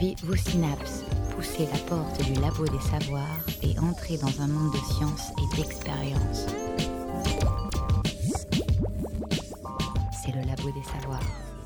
Activez vos synapses, poussez la porte du labo des savoirs et entrez dans un monde de science et d'expérience. C'est le labo des savoirs.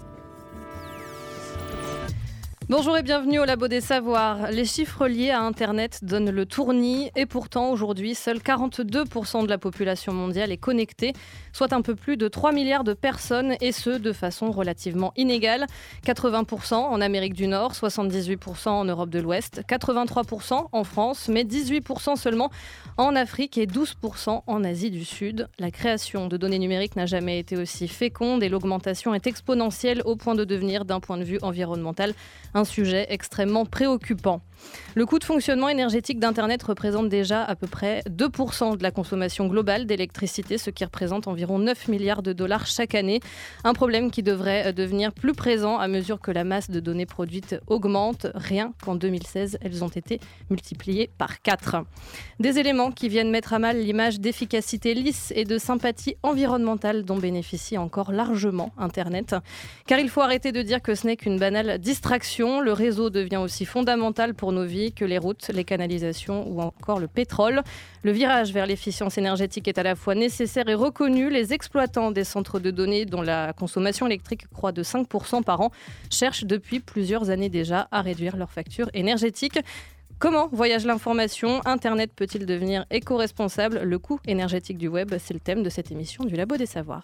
Bonjour et bienvenue au Labo des Savoirs. Les chiffres liés à Internet donnent le tournis et pourtant aujourd'hui, seuls 42% de la population mondiale est connectée, soit un peu plus de 3 milliards de personnes et ce, de façon relativement inégale. 80% en Amérique du Nord, 78% en Europe de l'Ouest, 83% en France, mais 18% seulement en Afrique et 12% en Asie du Sud. La création de données numériques n'a jamais été aussi féconde et l'augmentation est exponentielle au point de devenir, d'un point de vue environnemental, un sujet extrêmement préoccupant. Le coût de fonctionnement énergétique d'Internet représente déjà à peu près 2% de la consommation globale d'électricité, ce qui représente environ 9 milliards de dollars chaque année. Un problème qui devrait devenir plus présent à mesure que la masse de données produites augmente. Rien qu'en 2016, elles ont été multipliées par 4. Des éléments qui viennent mettre à mal l'image d'efficacité lisse et de sympathie environnementale dont bénéficie encore largement Internet. Car il faut arrêter de dire que ce n'est qu'une banale distraction. Le réseau devient aussi fondamental pour nos vies que les routes, les canalisations ou encore le pétrole. Le virage vers l'efficience énergétique est à la fois nécessaire et reconnu. Les exploitants des centres de données dont la consommation électrique croît de 5% par an cherchent depuis plusieurs années déjà à réduire leur facture énergétique. Comment voyage l'information ? Internet peut-il devenir éco-responsable ? Le coût énergétique du web, c'est le thème de cette émission du Labo des Savoirs.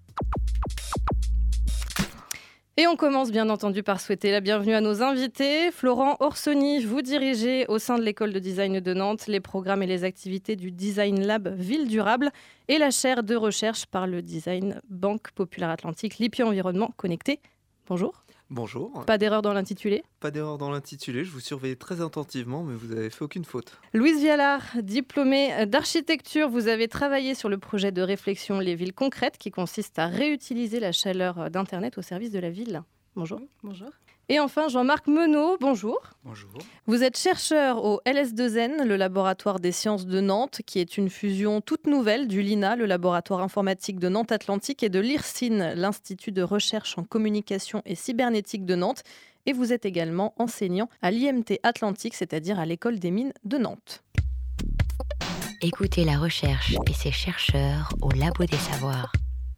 Et on commence bien entendu par souhaiter la bienvenue à nos invités. Florent Orsoni, vous dirigez au sein de l'école de design de Nantes les programmes et les activités du Design Lab Ville Durable et la chaire de recherche par le design Banque Populaire Atlantique, Lippi Environnement Connecté. Bonjour. Bonjour. Pas d'erreur dans l'intitulé ? Pas d'erreur dans l'intitulé, je vous surveillais très attentivement, mais vous n'avez fait aucune faute. Louise Vialard, diplômée d'architecture, vous avez travaillé sur le projet de réflexion Les villes concrètes qui consiste à réutiliser la chaleur d'Internet au service de la ville. Bonjour. Bonjour. Et enfin, Jean-Marc Menot, bonjour. Bonjour. Vous êtes chercheur au LS2N, le laboratoire des sciences de Nantes, qui est une fusion toute nouvelle du LINA, le laboratoire informatique de Nantes Atlantique, et de l'IRSIN, l'Institut de recherche en communication et cybernétique de Nantes. Et vous êtes également enseignant à l'IMT Atlantique, c'est-à-dire à l'école des mines de Nantes. Écoutez la recherche et ses chercheurs au Labo des Savoirs.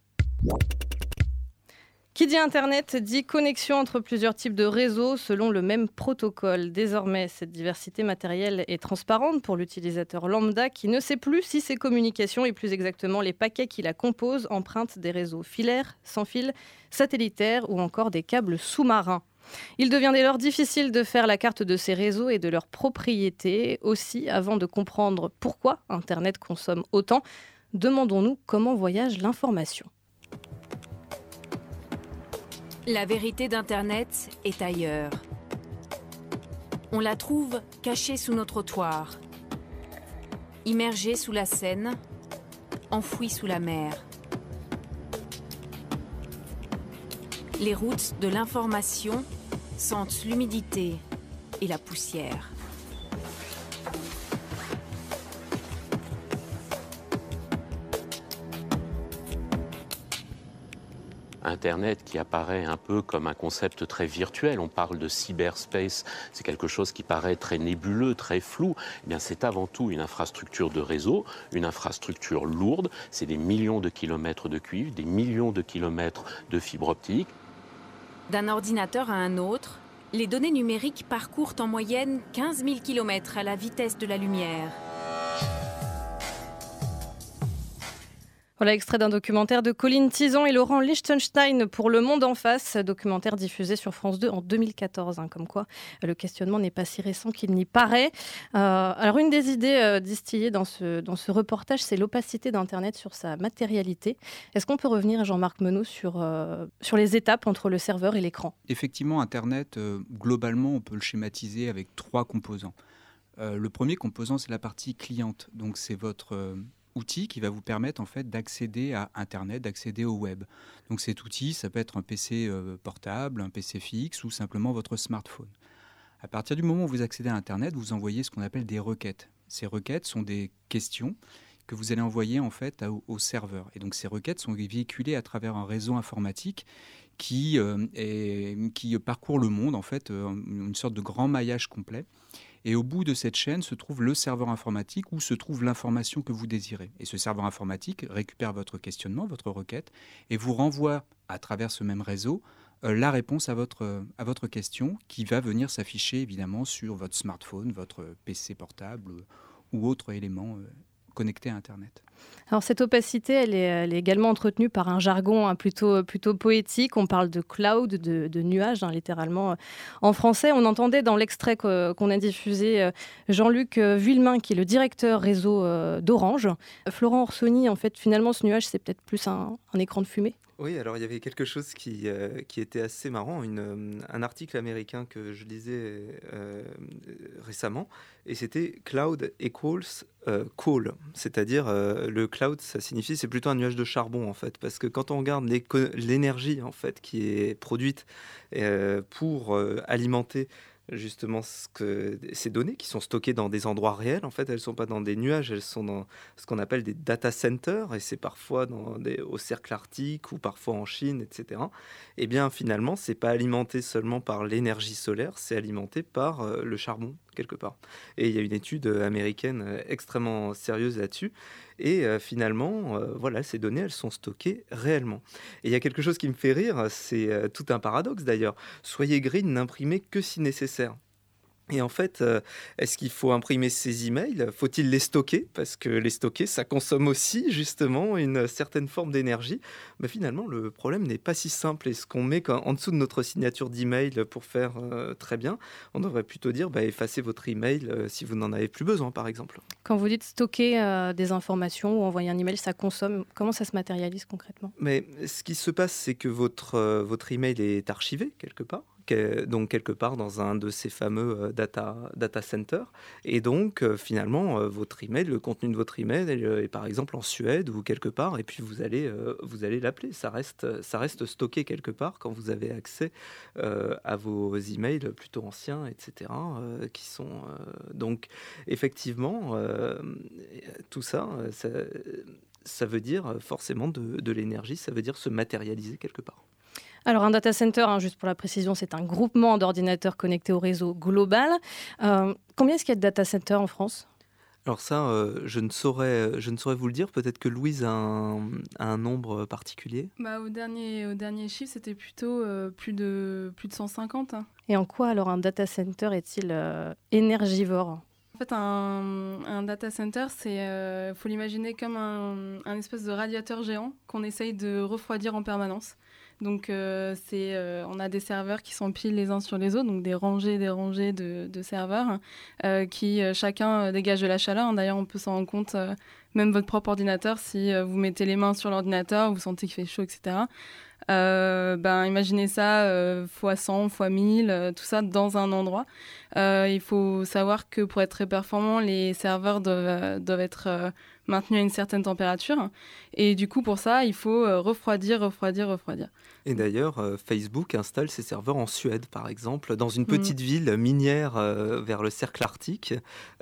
Qui dit Internet dit connexion entre plusieurs types de réseaux selon le même protocole. Désormais, cette diversité matérielle est transparente pour l'utilisateur lambda qui ne sait plus si ces communications et plus exactement les paquets qui la composent empruntent des réseaux filaires, sans fil, satellitaires ou encore des câbles sous-marins. Il devient dès lors difficile de faire la carte de ces réseaux et de leurs propriétés. Aussi, avant de comprendre pourquoi Internet consomme autant, demandons-nous comment voyage l'information. La vérité d'Internet est ailleurs. On la trouve cachée sous nos trottoirs, immergée sous la Seine, enfouie sous la mer. Les routes de l'information sentent l'humidité et la poussière. Internet qui apparaît un peu comme un concept très virtuel. On parle de cyberspace, c'est quelque chose qui paraît très nébuleux, très flou. Eh bien, c'est avant tout une infrastructure de réseau, une infrastructure lourde. C'est des millions de kilomètres de cuivre, des millions de kilomètres de fibres optiques. D'un ordinateur à un autre, les données numériques parcourent en moyenne 15 000 km à la vitesse de la lumière. Voilà, extrait d'un documentaire de Colline Tison et Laurent Lichtenstein pour Le Monde en face, documentaire diffusé sur France 2 en 2014. Comme quoi, le questionnement n'est pas si récent qu'il n'y paraît. Alors, une des idées distillées dans ce reportage, c'est l'opacité d'Internet sur sa matérialité. Est-ce qu'on peut revenir, Jean-Marc Menot, sur les étapes entre le serveur et l'écran ? Effectivement, Internet, globalement, on peut le schématiser avec 3 composants. Le premier composant, c'est la partie cliente. Donc, c'est votre outil qui va vous permettre en fait d'accéder à Internet, d'accéder au web. Donc cet outil, ça peut être un PC portable, un PC fixe ou simplement votre smartphone. À partir du moment où vous accédez à Internet, vous envoyez ce qu'on appelle des requêtes. Ces requêtes sont des questions que vous allez envoyer en fait au serveur. Et donc ces requêtes sont véhiculées à travers un réseau informatique qui parcourt le monde, en fait, une sorte de grand maillage complet. Et au bout de cette chaîne se trouve le serveur informatique où se trouve l'information que vous désirez. Et ce serveur informatique récupère votre questionnement, votre requête, et vous renvoie à travers ce même réseau la réponse à votre question qui va venir s'afficher évidemment sur votre smartphone, votre PC portable ou autre élément connecté à Internet. Alors cette opacité, elle est également entretenue par un jargon plutôt poétique. On parle de cloud, de nuages, littéralement. En français, on entendait dans l'extrait qu'on a diffusé Jean-Luc Vuillemin, qui est le directeur réseau d'Orange. Florent Orsoni, en fait, finalement, ce nuage, c'est peut-être plus un écran de fumée. Oui, alors il y avait quelque chose qui était assez marrant, un article américain que je lisais récemment, et c'était Cloud equals coal, c'est-à-dire le cloud, ça signifie, c'est plutôt un nuage de charbon en fait, parce que quand on regarde l'énergie en fait qui est produite pour alimenter justement ces données qui sont stockées dans des endroits réels. En fait, elles ne sont pas dans des nuages, elles sont dans ce qu'on appelle des data centers, et c'est parfois au cercle arctique ou parfois en Chine, etc. Et bien finalement, ce n'est pas alimenté seulement par l'énergie solaire, c'est alimenté par le charbon, quelque part. Et il y a une étude américaine extrêmement sérieuse là-dessus. Et finalement, voilà, ces données, elles sont stockées réellement. Et il y a quelque chose qui me fait rire, c'est tout un paradoxe d'ailleurs. Soyez green, n'imprimez que si nécessaire. Et en fait, est-ce qu'il faut imprimer ces emails ? Faut-il les stocker ? Parce que les stocker, ça consomme aussi justement une certaine forme d'énergie. Mais finalement, le problème n'est pas si simple. Et ce qu'on met en dessous de notre signature d'email pour faire très bien, on devrait plutôt dire effacez votre email si vous n'en avez plus besoin, par exemple. Quand vous dites stocker des informations ou envoyer un email, ça consomme. Comment ça se matérialise concrètement ? Mais ce qui se passe, c'est que votre email est archivé quelque part. Donc quelque part dans un de ces fameux data centers. Et donc finalement, votre email, le contenu de votre email est par exemple en Suède ou quelque part, et puis vous allez l'appeler. Ça reste stocké quelque part quand vous avez accès à vos emails plutôt anciens, etc. Qui sont donc effectivement tout ça, ça veut dire forcément de l'énergie, ça veut dire se matérialiser quelque part. Alors un data center, juste pour la précision, c'est un groupement d'ordinateurs connectés au réseau global. Combien est-ce qu'il y a de data centers en France ? Alors ça, je ne saurais vous le dire. Peut-être que Louise a un nombre particulier. Au dernier chiffre, c'était plutôt plus de 150. Et en quoi alors un data center est-il énergivore ? En fait, un data center, faut l'imaginer comme un espèce de radiateur géant qu'on essaye de refroidir en permanence. Donc, on a des serveurs qui s'empilent les uns sur les autres, donc des rangées de serveurs qui chacun dégagent de la chaleur. D'ailleurs, on peut s'en rendre compte, même votre propre ordinateur, si vous mettez les mains sur l'ordinateur, vous sentez qu'il fait chaud, etc. Imaginez ça fois 100, fois 1000, tout ça dans un endroit. Il faut savoir que pour être très performant, les serveurs doivent être maintenus à une certaine température. Et du coup, pour ça, il faut refroidir. Et d'ailleurs, Facebook installe ses serveurs en Suède, par exemple, dans une petite ville minière vers le cercle arctique.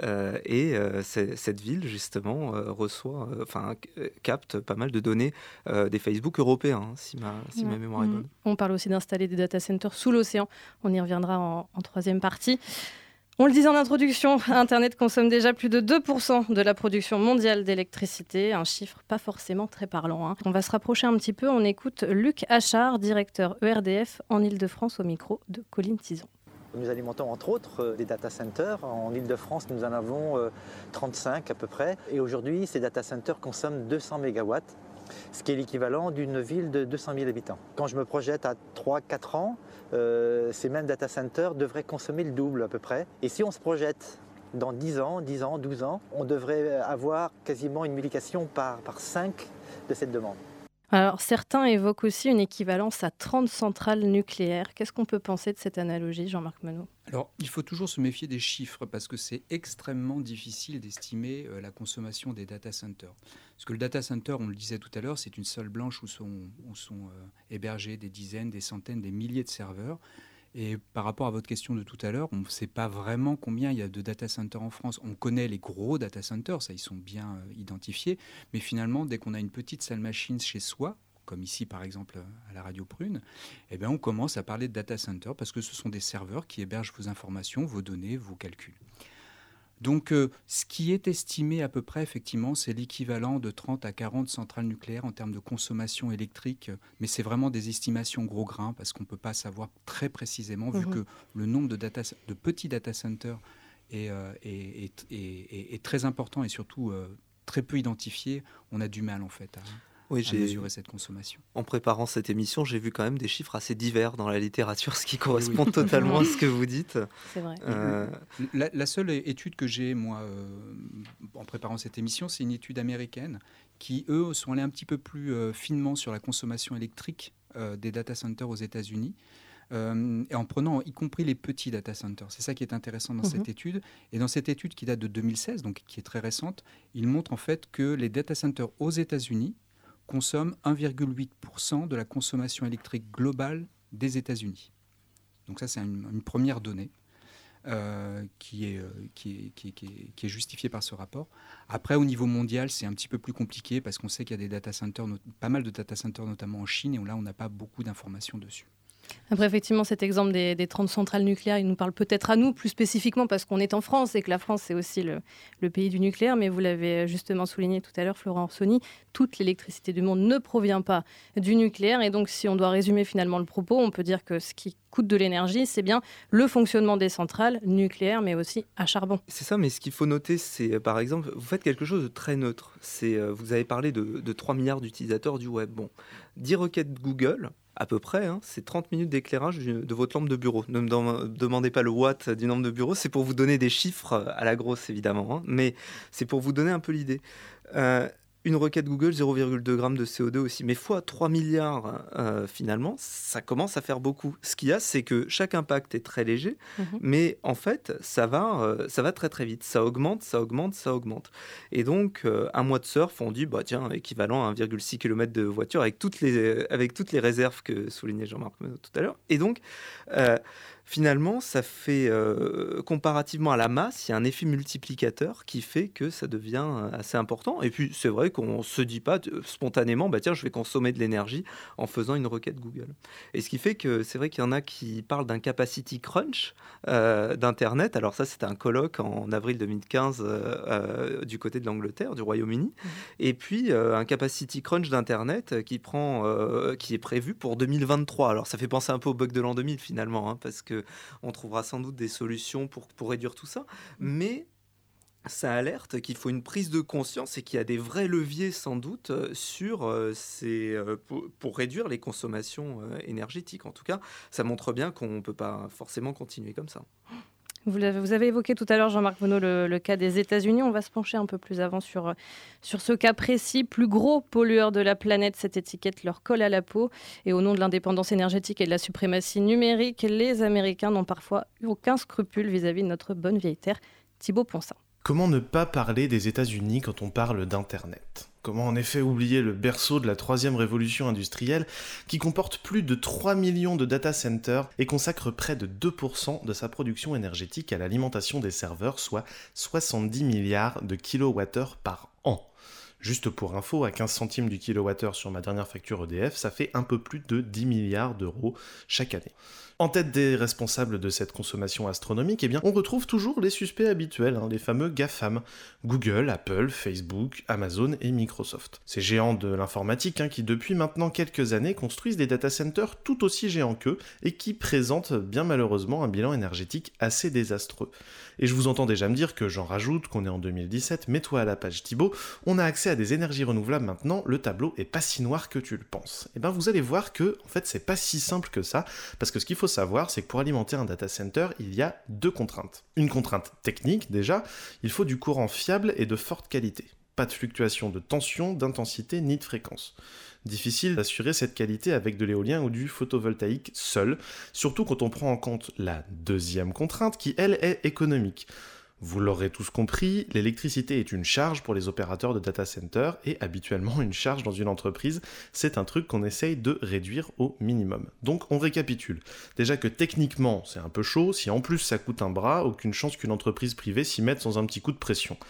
Cette ville, justement, capte pas mal de données des Facebook européens, si ma mémoire est bonne. On parle aussi d'installer des data centers sous l'océan. On y reviendra en troisième partie. On le disait en introduction, Internet consomme déjà plus de 2% de la production mondiale d'électricité, un chiffre pas forcément très parlant. On va se rapprocher un petit peu, on écoute Luc Achard, directeur ERDF en Ile-de-France, au micro de Colline Tison. Nous alimentons entre autres des data centers. En Ile-de-France, nous en avons 35 à peu près. Et aujourd'hui, ces data centers consomment 200 mégawatts, ce qui est l'équivalent d'une ville de 200 000 habitants. Quand je me projette à 3-4 ans, ces mêmes data centers devraient consommer le double à peu près. Et si on se projette dans 10 ans, 12 ans, on devrait avoir quasiment une multiplication par 5 de cette demande. Alors, certains évoquent aussi une équivalence à 30 centrales nucléaires. Qu'est-ce qu'on peut penser de cette analogie, Jean-Marc Menot ? Alors, il faut toujours se méfier des chiffres parce que c'est extrêmement difficile d'estimer la consommation des data centers. Parce que le data center, on le disait tout à l'heure, c'est une salle blanche où sont hébergés des dizaines, des centaines, des milliers de serveurs. Et par rapport à votre question de tout à l'heure, on ne sait pas vraiment combien il y a de data centers en France. On connaît les gros data centers, ça, ils sont bien identifiés. Mais finalement, dès qu'on a une petite salle machine chez soi, comme ici par exemple à la Radio Prune, eh bien, on commence à parler de data center parce que ce sont des serveurs qui hébergent vos informations, vos données, vos calculs. Donc, ce qui est estimé à peu près, effectivement, c'est l'équivalent de 30 à 40 centrales nucléaires en termes de consommation électrique. Mais c'est vraiment des estimations gros grains parce qu'on ne peut pas savoir très précisément, vu que le nombre de petits data centers est très important et surtout très peu identifié. On a du mal, en fait, à mesurer cette consommation. En préparant cette émission, j'ai vu quand même des chiffres assez divers dans la littérature, ce qui correspond totalement à ce que vous dites. C'est vrai. La seule étude que j'ai, moi, en préparant cette émission, c'est une étude américaine qui, eux, sont allés un petit peu plus finement sur la consommation électrique des data centers aux États-Unis. Et en prenant y compris les petits data centers. C'est ça qui est intéressant dans cette étude. Et dans cette étude qui date de 2016, donc qui est très récente, il montre en fait que les data centers aux États-Unis consomment 1,8% de la consommation électrique globale des États-Unis. Donc ça, c'est une première donnée qui est justifiée par ce rapport. Après, au niveau mondial, c'est un petit peu plus compliqué parce qu'on sait qu'il y a des data centers, pas mal de data centers, notamment en Chine, et là, on n'a pas beaucoup d'informations dessus. Après, effectivement, cet exemple des 30 centrales nucléaires, il nous parle peut-être à nous plus spécifiquement parce qu'on est en France et que la France, c'est aussi le pays du nucléaire. Mais vous l'avez justement souligné tout à l'heure, Florent Orsoni, toute l'électricité du monde ne provient pas du nucléaire. Et donc, si on doit résumer finalement le propos, on peut dire que ce qui coûte de l'énergie, c'est bien le fonctionnement des centrales nucléaires, mais aussi à charbon. C'est ça, mais ce qu'il faut noter, c'est par exemple, vous faites quelque chose de très neutre. Vous avez parlé de 3 milliards d'utilisateurs du web. Bon, 10 requêtes Google, à peu près, c'est 30 minutes d'éclairage de votre lampe de bureau. Ne me demandez pas le watt d'une lampe de bureau, c'est pour vous donner des chiffres à la grosse, évidemment, mais c'est pour vous donner un peu l'idée. Une requête Google, 0,2 g de CO2 aussi. Mais fois 3 milliards, finalement, ça commence à faire beaucoup. Ce qu'il y a, c'est que chaque impact est très léger, mais en fait, ça va très très vite. Ça augmente. Et donc, un mois de surf, on dit, tiens, équivalent à 1,6 km de voiture avec toutes les réserves que soulignait Jean-Marc tout à l'heure. Et donc, finalement, ça fait, comparativement à la masse, il y a un effet multiplicateur qui fait que ça devient assez important. Et puis, c'est vrai qu'on ne se dit pas spontanément, tiens, je vais consommer de l'énergie en faisant une requête Google. Et ce qui fait que c'est vrai qu'il y en a qui parlent d'un capacity crunch d'Internet. Alors ça, c'était un colloque en avril 2015 du côté de l'Angleterre, du Royaume-Uni. Et puis, un capacity crunch d'Internet qui est prévu pour 2023. Alors, ça fait penser un peu au bug de l'an 2000, finalement, parce qu'on trouvera sans doute des solutions pour réduire tout ça. Mais ça alerte qu'il faut une prise de conscience et qu'il y a des vrais leviers sans doute pour réduire les consommations énergétiques. En tout cas, ça montre bien qu'on ne peut pas forcément continuer comme ça. Vous avez évoqué tout à l'heure, Jean-Marc Monod, le cas des États-Unis. On va se pencher un peu plus avant sur ce cas précis. Plus gros pollueur de la planète, cette étiquette leur colle à la peau. Et au nom de l'indépendance énergétique et de la suprématie numérique, les Américains n'ont parfois eu aucun scrupule vis-à-vis de notre bonne vieille terre. Thibaut Ponsin. Comment ne pas parler des États-Unis quand on parle d'Internet ? Comment en effet oublier le berceau de la troisième révolution industrielle qui comporte plus de 3 millions de data centers et consacre près de 2% de sa production énergétique à l'alimentation des serveurs, soit 70 milliards de kilowattheures par an. Juste pour info, à 15 centimes du kilowattheure sur ma dernière facture EDF, ça fait un peu plus de 10 milliards d'euros chaque année. En tête des responsables de cette consommation astronomique, on retrouve toujours les suspects habituels, les fameux GAFAM, Google, Apple, Facebook, Amazon et Microsoft. Ces géants de l'informatique qui depuis maintenant quelques années construisent des data centers tout aussi géants qu'eux et qui présentent bien malheureusement un bilan énergétique assez désastreux. Et je vous entends déjà me dire que j'en rajoute, qu'on est en 2017, mets-toi à la page Thibaut, on a accès à des énergies renouvelables maintenant, le tableau est pas si noir que tu le penses. Vous allez voir que en fait c'est pas si simple que ça, parce que ce qu'il faut savoir, c'est que pour alimenter un data center, il y a 2 contraintes. Une contrainte technique déjà, il faut du courant fiable et de forte qualité. Pas de fluctuation de tension, d'intensité ni de fréquence. Difficile d'assurer cette qualité avec de l'éolien ou du photovoltaïque seul, surtout quand on prend en compte la deuxième contrainte qui, elle, est économique. Vous l'aurez tous compris, l'électricité est une charge pour les opérateurs de data center et habituellement une charge dans une entreprise, c'est un truc qu'on essaye de réduire au minimum. Donc on récapitule. Déjà que techniquement c'est un peu chaud, si en plus ça coûte un bras, aucune chance qu'une entreprise privée s'y mette sans un petit coup de pression.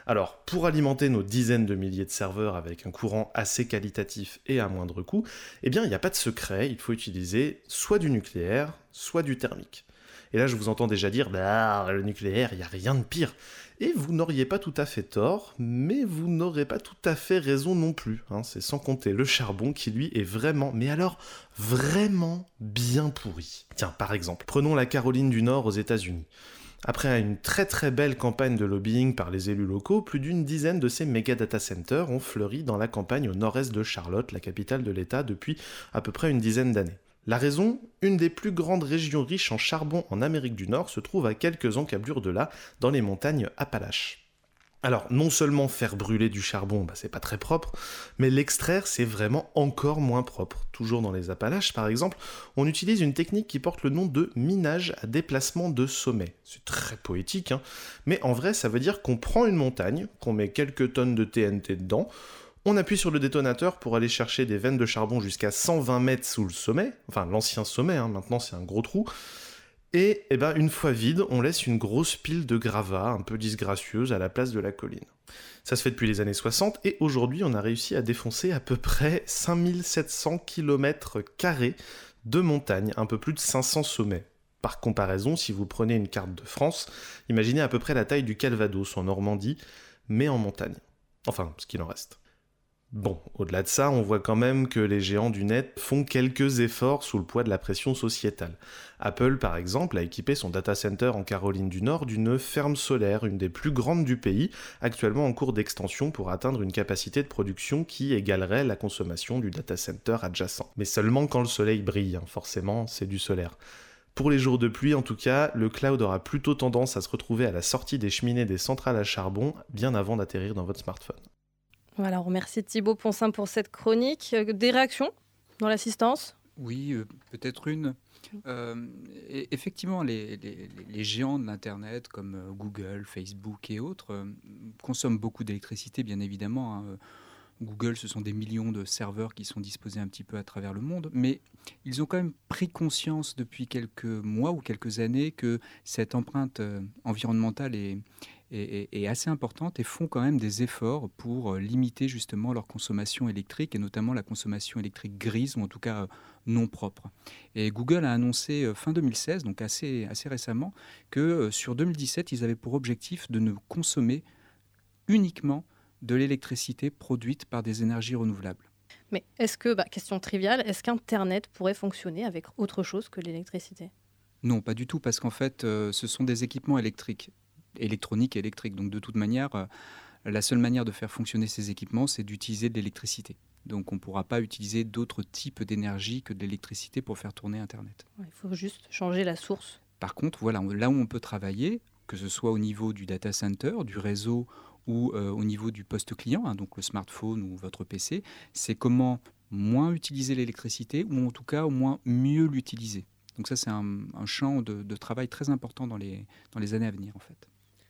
Alors, pour alimenter nos dizaines de milliers de serveurs avec un courant assez qualitatif et à moindre coût, eh bien, il n'y a pas de secret, il faut utiliser soit du nucléaire, soit du thermique. Et là, je vous entends déjà dire, le nucléaire, il n'y a rien de pire. Et vous n'auriez pas tout à fait tort, mais vous n'aurez pas tout à fait raison non plus. C'est sans compter le charbon qui, lui, est vraiment, mais alors vraiment bien pourri. Tiens, par exemple, prenons la Caroline du Nord aux États-Unis. Après une très très belle campagne de lobbying par les élus locaux, plus d'une dizaine de ces méga data centers ont fleuri dans la campagne au nord-est de Charlotte, la capitale de l'État, depuis à peu près une dizaine d'années. La raison, une des plus grandes régions riches en charbon en Amérique du Nord se trouve à quelques encablures de là, dans les montagnes Appalaches. Alors, non seulement faire brûler du charbon, c'est pas très propre, mais l'extraire, c'est vraiment encore moins propre. Toujours dans les Appalaches, par exemple, on utilise une technique qui porte le nom de minage à déplacement de sommet. C'est très poétique, mais en vrai, ça veut dire qu'on prend une montagne, qu'on met quelques tonnes de TNT dedans, on appuie sur le détonateur pour aller chercher des veines de charbon jusqu'à 120 mètres sous le sommet, enfin l'ancien sommet, maintenant c'est un gros trou, et une fois vide, on laisse une grosse pile de gravats un peu disgracieuse à la place de la colline. Ça se fait depuis les années 60, et aujourd'hui on a réussi à défoncer à peu près 5700 km² de montagne, un peu plus de 500 sommets. Par comparaison, si vous prenez une carte de France, imaginez à peu près la taille du Calvados en Normandie, mais en montagne. Enfin, ce qu'il en reste. Bon, au-delà de ça, on voit quand même que les géants du net font quelques efforts sous le poids de la pression sociétale. Apple, par exemple, a équipé son data center en Caroline du Nord d'une ferme solaire, une des plus grandes du pays, actuellement en cours d'extension pour atteindre une capacité de production qui égalerait la consommation du data center adjacent. Mais seulement quand le soleil brille, forcément, c'est du solaire. Pour les jours de pluie, en tout cas, le cloud aura plutôt tendance à se retrouver à la sortie des cheminées des centrales à charbon, bien avant d'atterrir dans votre smartphone. Voilà, on remercie Thibaut Poncin pour cette chronique. Des réactions dans l'assistance ? Oui, peut-être une. Effectivement, les géants de l'Internet comme Google, Facebook et autres consomment beaucoup d'électricité, bien évidemment. Google, ce sont des millions de serveurs qui sont disposés un petit peu à travers le monde, mais ils ont quand même pris conscience depuis quelques mois ou quelques années que cette empreinte environnementale est assez importante et font quand même des efforts pour limiter justement leur consommation électrique et notamment la consommation électrique grise ou en tout cas non propre. Et Google a annoncé fin 2016, donc assez récemment, que sur 2017, ils avaient pour objectif de ne consommer uniquement de l'électricité produite par des énergies renouvelables. Mais est-ce que, question triviale, est-ce qu'Internet pourrait fonctionner avec autre chose que l'électricité ? Non, pas du tout, parce qu'en fait, ce sont des équipements électroniques et électriques. Donc de toute manière, la seule manière de faire fonctionner ces équipements, c'est d'utiliser de l'électricité. Donc on ne pourra pas utiliser d'autres types d'énergie que de l'électricité pour faire tourner Internet. Il faut juste changer la source. Par contre, voilà, là où on peut travailler, que ce soit au niveau du data center, du réseau ou au niveau du poste client, donc le smartphone ou votre PC, c'est comment moins utiliser l'électricité ou en tout cas au moins mieux l'utiliser. Donc ça, c'est un champ de travail très important dans les années à venir en fait.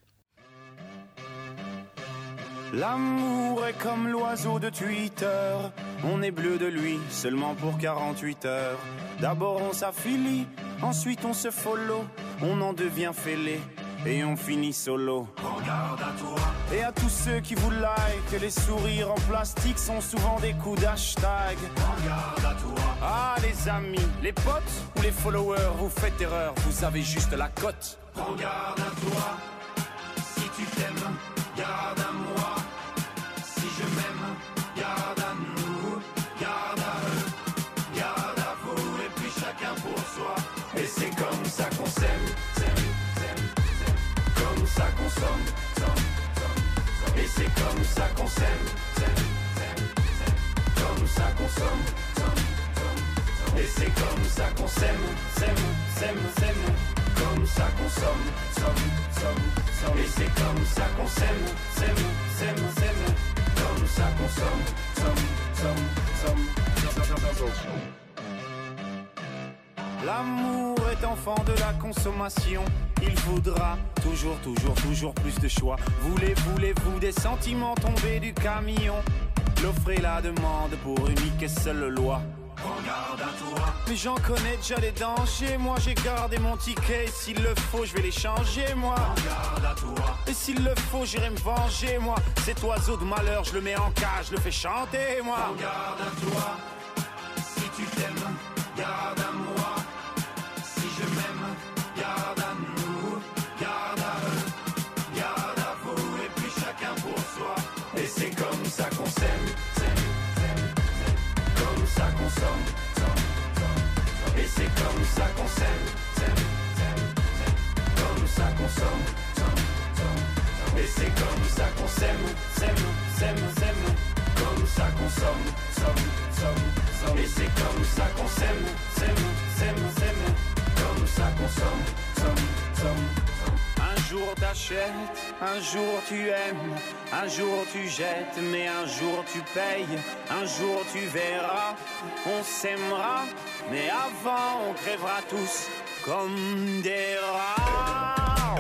L'amour est comme l'oiseau de Twitter, on est bleu de lui seulement pour 48 heures. D'abord on s'affilie, ensuite on se follow, on en devient fêlé et on finit solo. Regarde à toi. Et à tous ceux qui vous like, les sourires en plastique sont souvent des coups d'hashtag. Regarde à toi. Ah les amis, les potes ou les followers, vous faites erreur, vous avez juste la cote. Regarde à toi, si tu t'aimes, garde à moi. Si je m'aime, garde à nous, garde à eux, garde à vous, et puis chacun pour soi. Et c'est comme ça qu'on s'aime, comme ça qu'on somme, et c'est comme ça qu'on s'aime, comme ça qu'on somme, et c'est comme ça qu'on s'aime, comme ça qu'on somme, et c'est comme ça qu'on s'aime, comme ça qu'on somme. L'amour est enfant de la consommation. Il voudra toujours plus de choix. Voulez-vous des sentiments tombés du camion? L'offre et la demande pour unique et seule loi. prends garde à toi. Mais j'en connais déjà les dangers, moi j'ai gardé mon ticket. Et s'il le faut, je vais les changer, moi. Prends garde à toi. Et s'il le faut, j'irai me venger, moi. Cet oiseau de malheur, je le mets en cage, je le fais chanter, moi. Prends garde à toi. Si tu t'aimes, garde à moi. Si je m'aime, garde à nous. Garde à eux, garde à vous. Et puis chacun pour soi. Et c'est comme ça qu'on s'aime. Comme ça qu'on somme. Et c'est comme ça qu'on s'aime. Comme ça qu'on somme. Et c'est comme ça qu'on s'aime. Comme ça qu'on somme. Et c'est comme ça qu'on s'aime. Comme ça qu'on somme. Un jour t'achètes, un jour tu aimes, un jour tu jettes, mais un jour tu payes, un jour tu verras, on s'aimera, mais avant on crèvera tous comme des rats.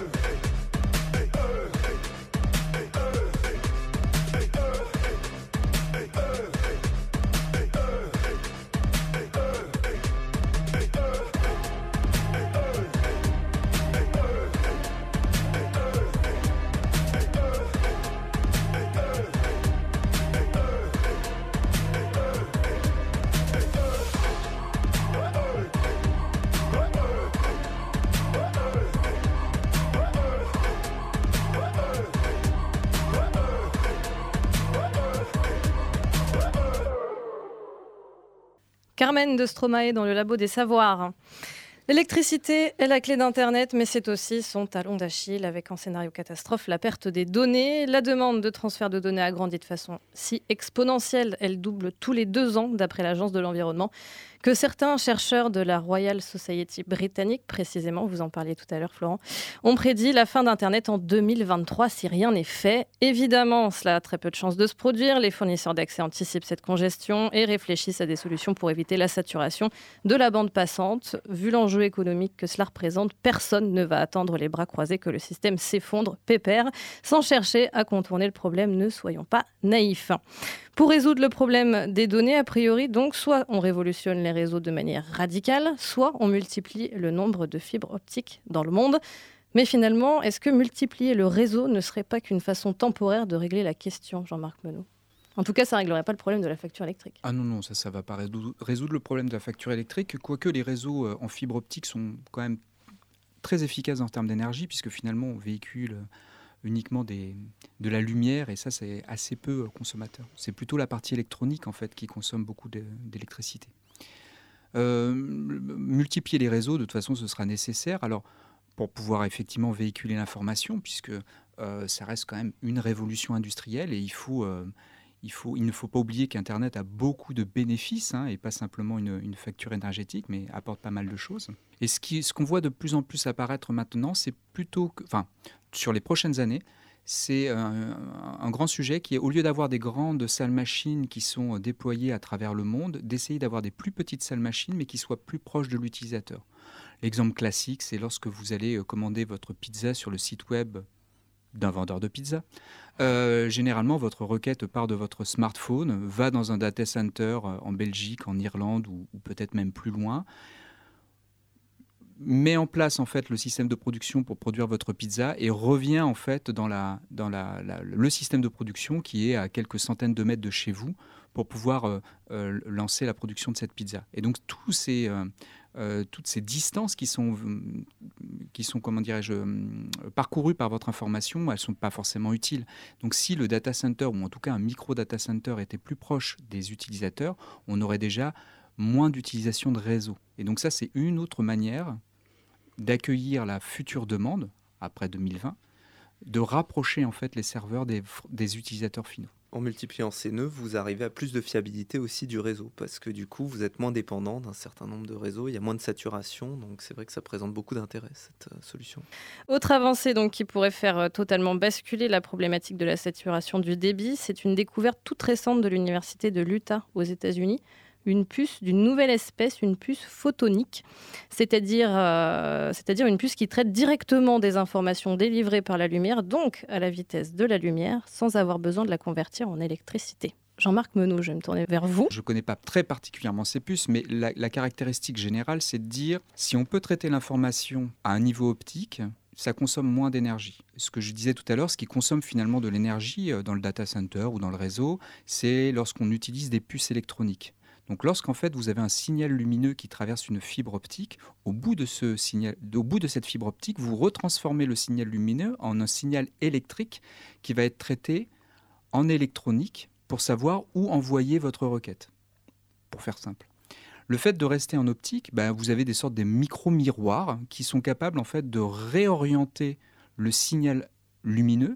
Carmen de Stromae dans le Labo des Savoirs. L'électricité est la clé d'Internet, mais c'est aussi son talon d'Achille, avec en scénario catastrophe la perte des données. La demande de transfert de données a grandi de façon si exponentielle, elle double tous les 2 ans, d'après l'Agence de l'environnement, que certains chercheurs de la Royal Society britannique, précisément, vous en parliez tout à l'heure Florent, ont prédit la fin d'Internet en 2023 si rien n'est fait. Évidemment, cela a très peu de chances de se produire. Les fournisseurs d'accès anticipent cette congestion et réfléchissent à des solutions pour éviter la saturation de la bande passante. Vu l'enjeu économique que cela représente, personne ne va attendre les bras croisés que le système s'effondre pépère sans chercher à contourner le problème. Ne soyons pas naïfs. Pour résoudre le problème des données, a priori, donc, soit on révolutionne les réseaux de manière radicale, soit on multiplie le nombre de fibres optiques dans le monde. Mais finalement, est-ce que multiplier le réseau ne serait pas qu'une façon temporaire de régler la question, Jean-Marc Menot ? En tout cas, ça ne réglerait pas le problème de la facture électrique. Ah non, ça ne va pas résoudre le problème de la facture électrique, quoique les réseaux en fibre optique sont quand même très efficaces en termes d'énergie, puisque finalement, on véhicule uniquement de la lumière, et ça, c'est assez peu consommateur. C'est plutôt la partie électronique, en fait, qui consomme beaucoup d'électricité. Multiplier les réseaux, de toute façon, ce sera nécessaire. Alors, pour pouvoir effectivement véhiculer l'information, puisque ça reste quand même une révolution industrielle, et il ne faut pas oublier qu'Internet a beaucoup de bénéfices, et pas simplement une facture énergétique, mais apporte pas mal de choses. Et ce qu'on voit de plus en plus apparaître maintenant, c'est plutôt sur les prochaines années, c'est un grand sujet qui est, au lieu d'avoir des grandes salles machines qui sont déployées à travers le monde, d'essayer d'avoir des plus petites salles machines, mais qui soient plus proches de l'utilisateur. L'exemple classique, c'est lorsque vous allez commander votre pizza sur le site web d'un vendeur de pizza. Généralement, votre requête part de votre smartphone, va dans un data center en Belgique, en Irlande ou peut-être même plus loin, met en place en fait le système de production pour produire votre pizza et revient en fait dans le système de production qui est à quelques centaines de mètres de chez vous pour pouvoir lancer la production de cette pizza. Et donc toutes ces distances qui sont comment dirais-je, parcourues par votre information, elles ne sont pas forcément utiles. Donc si le data center, ou en tout cas un micro-data center, était plus proche des utilisateurs, on aurait déjà moins d'utilisation de réseau. Et donc ça, c'est une autre manière d'accueillir la future demande, après 2020, de rapprocher en fait les serveurs des utilisateurs finaux. En multipliant ces nœuds, vous arrivez à plus de fiabilité aussi du réseau, parce que du coup, vous êtes moins dépendant d'un certain nombre de réseaux, il y a moins de saturation, donc c'est vrai que ça présente beaucoup d'intérêt, cette solution. Autre avancée donc, qui pourrait faire totalement basculer la problématique de la saturation du débit, c'est une découverte toute récente de l'université de l'Utah aux États-Unis, une puce d'une nouvelle espèce, une puce photonique, c'est-à-dire une puce qui traite directement des informations délivrées par la lumière, donc à la vitesse de la lumière, sans avoir besoin de la convertir en électricité. Jean-Marc Menot, je vais me tourner vers vous. Je ne connais pas très particulièrement ces puces, mais la caractéristique générale, c'est de dire si on peut traiter l'information à un niveau optique, ça consomme moins d'énergie. Ce que je disais tout à l'heure, ce qui consomme finalement de l'énergie dans le data center ou dans le réseau, c'est lorsqu'on utilise des puces électroniques. Donc lorsqu'en fait vous avez un signal lumineux qui traverse une fibre optique, au bout de cette fibre optique, vous retransformez le signal lumineux en un signal électrique qui va être traité en électronique pour savoir où envoyer votre requête, pour faire simple. Le fait de rester en optique, vous avez des sortes de micro-miroirs qui sont capables en fait de réorienter le signal lumineux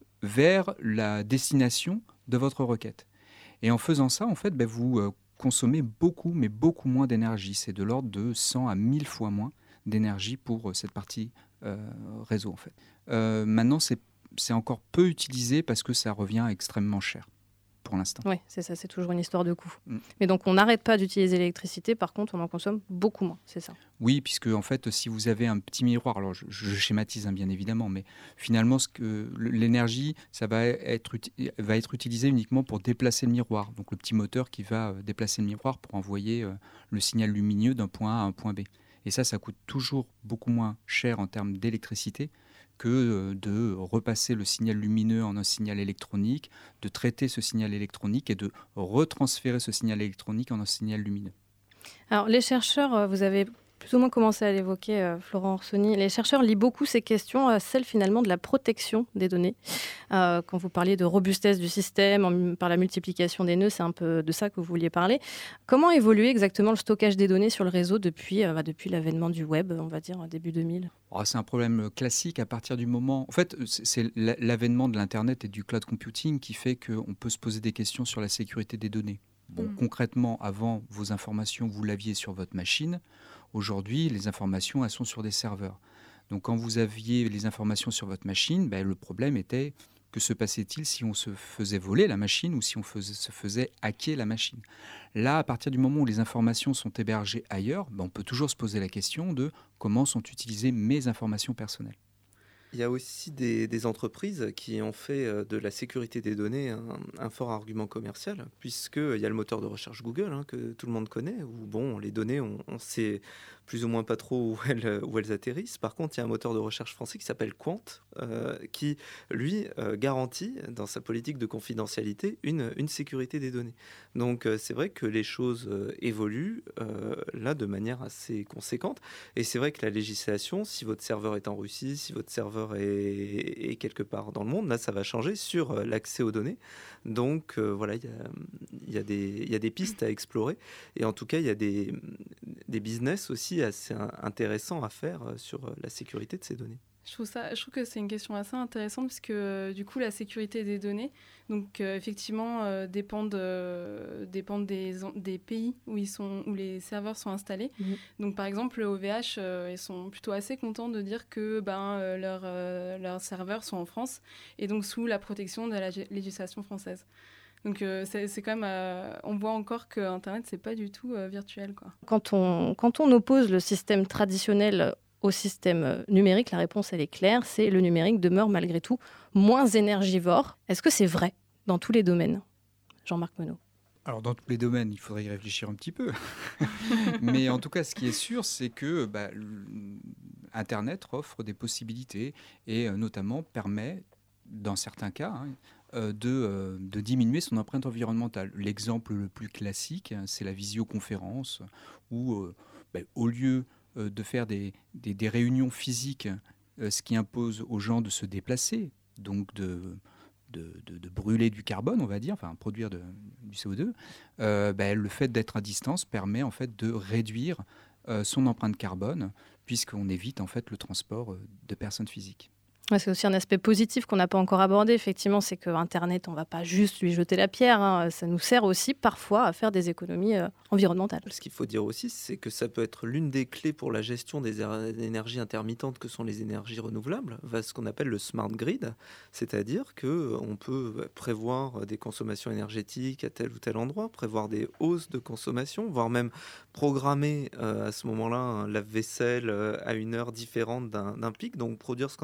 vers la destination de votre requête. Et en faisant ça, en fait, vous consommez beaucoup moins d'énergie. C'est de l'ordre de 100 à 1000 fois moins d'énergie pour cette partie réseau. En fait. Maintenant, c'est encore peu utilisé parce que ça revient extrêmement cher. Pour l'instant. Oui, c'est ça, c'est toujours une histoire de coût. Mais donc, on n'arrête pas d'utiliser l'électricité, par contre, on en consomme beaucoup moins, c'est ça? Oui, puisque en fait, si vous avez un petit miroir, alors je schématise bien évidemment, mais finalement, l'énergie, ça va être utilisé uniquement pour déplacer le miroir. Donc, le petit moteur qui va déplacer le miroir pour envoyer le signal lumineux d'un point A à un point B. Et ça coûte toujours beaucoup moins cher en termes d'électricité que de repasser le signal lumineux en un signal électronique, de traiter ce signal électronique et de retransférer ce signal électronique en un signal lumineux. Alors, les chercheurs, vous avez plus ou moins commencé à l'évoquer, Florent Orsoni, les chercheurs lient beaucoup ces questions, celles finalement de la protection des données. Quand vous parliez de robustesse du système, par la multiplication des nœuds, c'est un peu de ça que vous vouliez parler. Comment évolue exactement le stockage des données sur le réseau depuis l'avènement du web, on va dire début 2000 ? C'est un problème classique à partir du moment... En fait, c'est l'avènement de l'Internet et du cloud computing qui fait qu'on peut se poser des questions sur la sécurité des données. Concrètement, avant, vos informations, vous l'aviez sur votre machine. Aujourd'hui, les informations, elles sont sur des serveurs. Donc, quand vous aviez les informations sur votre machine, le problème était que se passait-il si on se faisait voler la machine ou si on se faisait hacker la machine. Là, à partir du moment où les informations sont hébergées ailleurs, on peut toujours se poser la question de comment sont utilisées mes informations personnelles. Il y a aussi des entreprises qui ont fait de la sécurité des données un fort argument commercial, puisqu'il y a le moteur de recherche Google que tout le monde connaît, où les données, on sait plus ou moins pas trop où elles atterrissent. Par contre, il y a un moteur de recherche français qui s'appelle Quant, qui, lui, garantit dans sa politique de confidentialité une sécurité des données. Donc, c'est vrai que les choses évoluent là de manière assez conséquente. Et c'est vrai que la législation, si votre serveur est en Russie, si votre serveur est quelque part dans le monde, là, ça va changer sur l'accès aux données. Donc, il y a des pistes à explorer. Et en tout cas, il y a des business aussi assez intéressants à faire sur la sécurité de ces données. Je trouve que c'est une question assez intéressante parce que du coup la sécurité des données effectivement dépend des pays où les serveurs sont installés. Donc par exemple le OVH ils sont plutôt assez contents de dire que leurs serveurs sont en France et donc sous la protection de la législation française. Donc c'est quand même, on voit encore que Internet c'est pas du tout virtuel, quoi. Quand on oppose le système traditionnel au système numérique, la réponse elle est claire, c'est le numérique demeure malgré tout moins énergivore. Est-ce que c'est vrai dans tous les domaines, Jean-Marc Menot? Alors dans tous les domaines, il faudrait y réfléchir un petit peu. Mais en tout cas, ce qui est sûr, c'est que Internet offre des possibilités et notamment permet, dans certains cas, de diminuer son empreinte environnementale. L'exemple le plus classique, c'est la visioconférence, où au lieu de faire des réunions physiques, ce qui impose aux gens de se déplacer, donc de brûler du carbone, on va dire, enfin produire du CO2, le fait d'être à distance permet en fait de réduire son empreinte carbone, puisqu'on évite en fait le transport de personnes physiques. Ouais, c'est aussi un aspect positif qu'on n'a pas encore abordé, effectivement, c'est qu'Internet, on ne va pas juste lui jeter la pierre, hein. Ça nous sert aussi parfois à faire des économies environnementales. Ce qu'il faut dire aussi, c'est que ça peut être l'une des clés pour la gestion des énergies intermittentes que sont les énergies renouvelables, ce qu'on appelle le smart grid, c'est-à-dire qu'on peut prévoir des consommations énergétiques à tel ou tel endroit, prévoir des hausses de consommation, voire même programmer à ce moment-là un lave-vaisselle à une heure différente d'un pic, donc produire ce qu'on appelle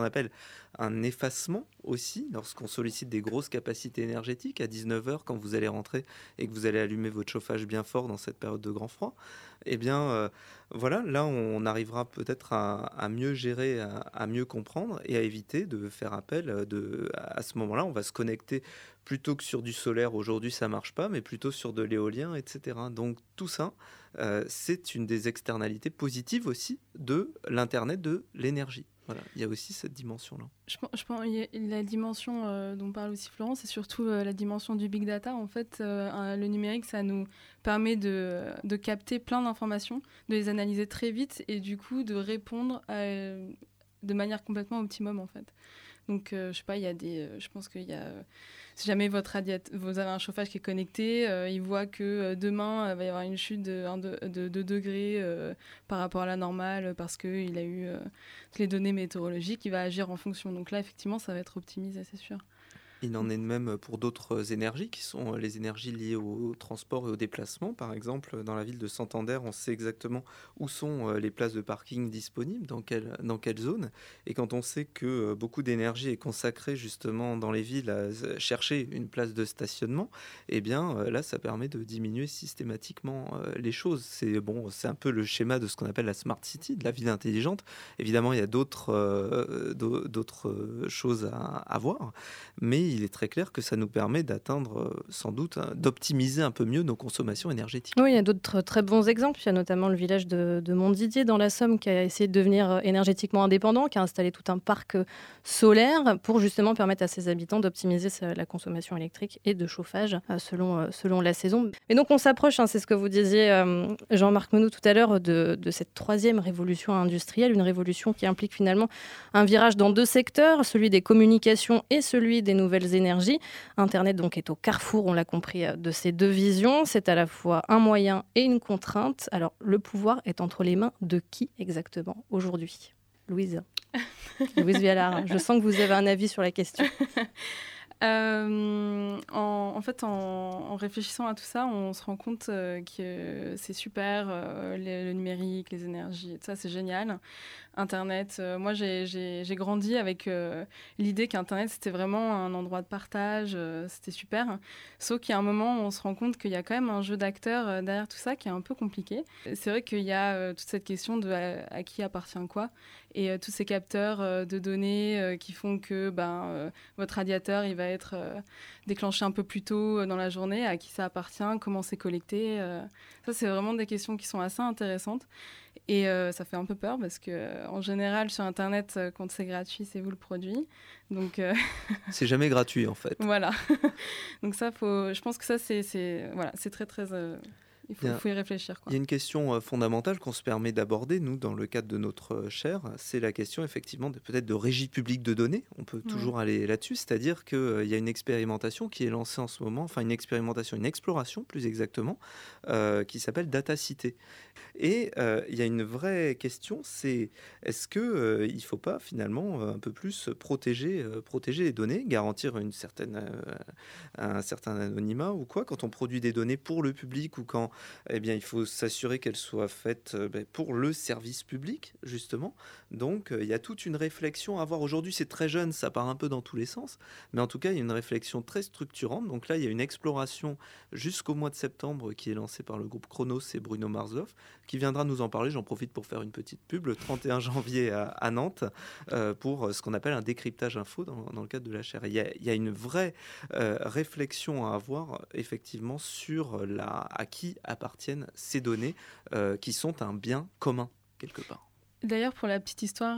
un effacement aussi lorsqu'on sollicite des grosses capacités énergétiques à 19h quand vous allez rentrer et que vous allez allumer votre chauffage bien fort dans cette période de grand froid. Eh bien, voilà, là, on arrivera peut-être à mieux gérer, à mieux comprendre et à éviter de faire appel à ce moment-là. On va se connecter plutôt que sur du solaire. Aujourd'hui, ça marche pas, mais plutôt sur de l'éolien, etc. Donc, tout ça, c'est une des externalités positives aussi de l'Internet de l'énergie. Voilà, il y a aussi cette dimension-là. Je pense la dimension dont parle aussi Florent, c'est surtout la dimension du big data. En fait, le numérique, ça nous permet de capter plein d'informations, de les analyser très vite et du coup de répondre de manière complètement optimum en fait. Donc, je sais pas, je pense qu'il y a... si jamais vous avez un chauffage qui est connecté, il voit que demain, il va y avoir une chute de 2 degrés par rapport à la normale parce qu'il a eu toutes les données météorologiques, il va agir en fonction. Donc là, effectivement, ça va être optimisé, c'est sûr. Il en est de même pour d'autres énergies qui sont les énergies liées au transport et au déplacement. Par exemple, dans la ville de Santander, on sait exactement où sont les places de parking disponibles, dans quelle zone. Et quand on sait que beaucoup d'énergie est consacrée justement dans les villes à chercher une place de stationnement, eh bien là, ça permet de diminuer systématiquement les choses. C'est un peu le schéma de ce qu'on appelle la Smart City, de la ville intelligente. Évidemment, il y a d'autres choses à voir, mais il est très clair que ça nous permet d'atteindre, sans doute, d'optimiser un peu mieux nos consommations énergétiques. Oui, il y a d'autres très bons exemples. Il y a notamment le village de Montdidier dans la Somme qui a essayé de devenir énergétiquement indépendant, qui a installé tout un parc solaire pour justement permettre à ses habitants d'optimiser la consommation électrique et de chauffage selon la saison. Et donc on s'approche, c'est ce que vous disiez Jean-Marc Monod tout à l'heure, de cette troisième révolution industrielle, une révolution qui implique finalement un virage dans 2 secteurs, celui des communications et celui des nouvelles énergies. Internet donc est au carrefour, on l'a compris, de ces 2 visions. C'est à la fois un moyen et une contrainte. Alors le pouvoir est entre les mains de qui exactement aujourd'hui ? Louise Vialard, je sens que vous avez un avis sur la question. En fait, en réfléchissant à tout ça, on se rend compte que c'est super, le numérique, les énergies, tout ça, c'est génial. Internet, moi, j'ai grandi avec l'idée qu'Internet, c'était vraiment un endroit de partage, c'était super. Sauf qu'il y a un moment où on se rend compte qu'il y a quand même un jeu d'acteurs derrière tout ça qui est un peu compliqué. C'est vrai qu'il y a toute cette question de à qui appartient quoi, et tous ces capteurs de données qui font que votre radiateur, il va être déclenché un peu plus tôt dans la journée, à qui ça appartient, comment c'est collecté. Ça, c'est vraiment des questions qui sont assez intéressantes. Et ça fait un peu peur parce qu'en général, sur Internet, quand c'est gratuit, c'est vous le produit. Donc, c'est jamais gratuit, en fait. Voilà. Donc ça, je pense que ça, c'est très, très... Il faut y réfléchir, quoi. Il y a une question fondamentale qu'on se permet d'aborder, nous, dans le cadre de notre chaire. C'est la question, effectivement, peut-être de régie publique de données. On peut toujours aller là-dessus. C'est-à-dire qu'il y a une expérimentation qui est lancée en ce moment, enfin une exploration plus exactement, qui s'appelle Data Cité. Et il y a une vraie question, c'est est-ce qu'il ne faut pas, finalement, un peu plus protéger les données, garantir un certain anonymat ou quoi, quand on produit des données pour le public ou quand il faut s'assurer qu'elles soient faites pour le service public, justement. Donc, il y a toute une réflexion à avoir. Aujourd'hui, c'est très jeune, ça part un peu dans tous les sens, mais en tout cas, il y a une réflexion très structurante. Donc là, il y a une exploration jusqu'au mois de septembre qui est lancée par le groupe Chronos et Bruno Marsdorf, qui viendra nous en parler. J'en profite pour faire une petite pub le 31 janvier à Nantes pour ce qu'on appelle un décryptage info dans le cadre de la chaire. Il y a une vraie réflexion à avoir, effectivement, sur à qui appartiennent ces données qui sont un bien commun, quelque part. D'ailleurs, pour la petite histoire,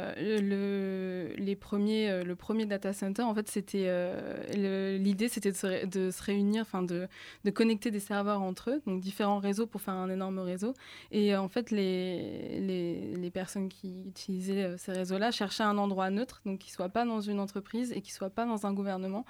le premier data center, en fait, l'idée, c'était de se réunir, de connecter des serveurs entre eux, donc différents réseaux pour faire un énorme réseau. Et en fait, les personnes qui utilisaient ces réseaux-là cherchaient un endroit neutre, donc qui ne soit pas dans une entreprise et qui ne soit pas dans un gouvernement,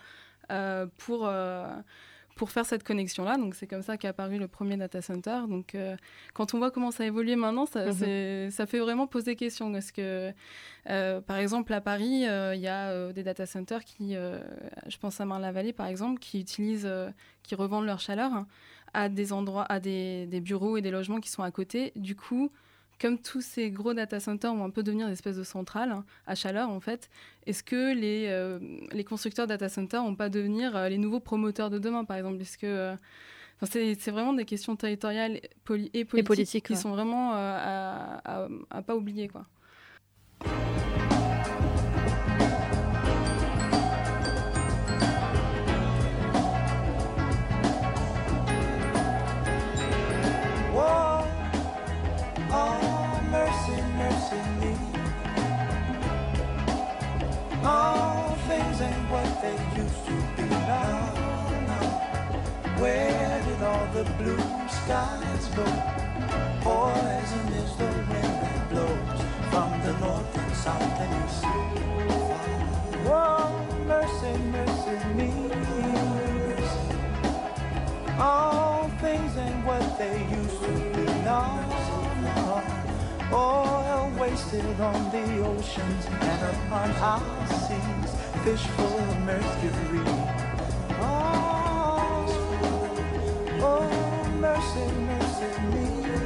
pour faire cette connexion-là. Donc, c'est comme ça qu'est apparu le premier data center. Donc, quand on voit comment ça a évolué maintenant, ça fait vraiment poser question. Parce que, par exemple, à Paris, il y a des data centers qui, je pense à Marne-la-Vallée, par exemple, qui revendent leur chaleur à des endroits, à des bureaux et des logements qui sont à côté. Du coup, comme tous ces gros data centers vont un peu devenir des espèces de centrales à chaleur, en fait, est-ce que les constructeurs data centers vont pas devenir les nouveaux promoteurs de demain, par exemple? Est-ce que, c'est vraiment des questions territoriales et politiques qui sont vraiment à pas oublier, quoi. All things ain't what they used to be now. Where did all the blue skies go? Poison is the wind that blows from the north and south and east. Oh, mercy, mercy me. All things ain't what they used to be now. Oil wasted on the oceans and upon our seas, fish full of mercury. Oh, mercy, mercy me.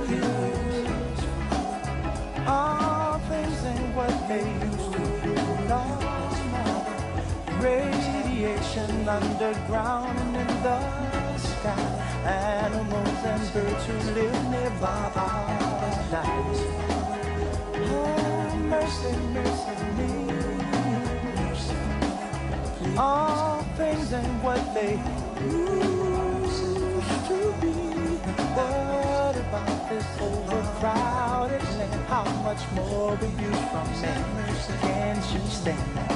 All things ain't what they used to be. Lost more radiation underground and in the sky. Animals and birds who live nearby are died. Mercy, mercy me. All things ain't what they used to be. What about this overcrowded land? How much more will you from me? Can't you stand that?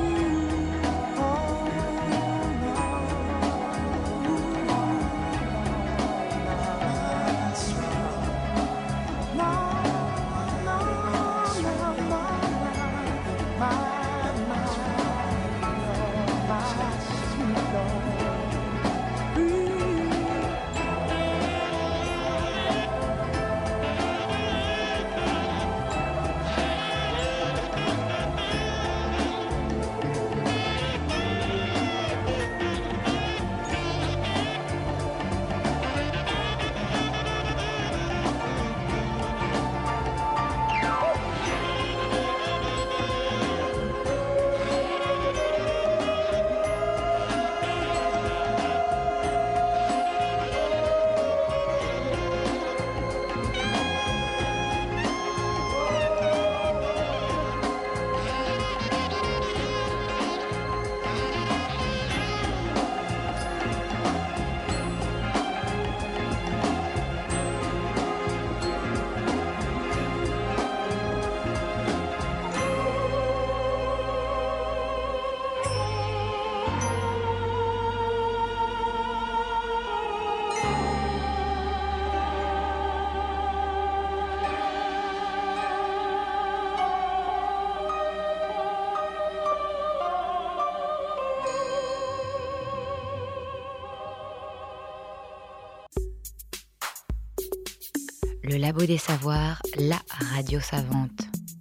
Le Labo des Savoirs, la radio savante.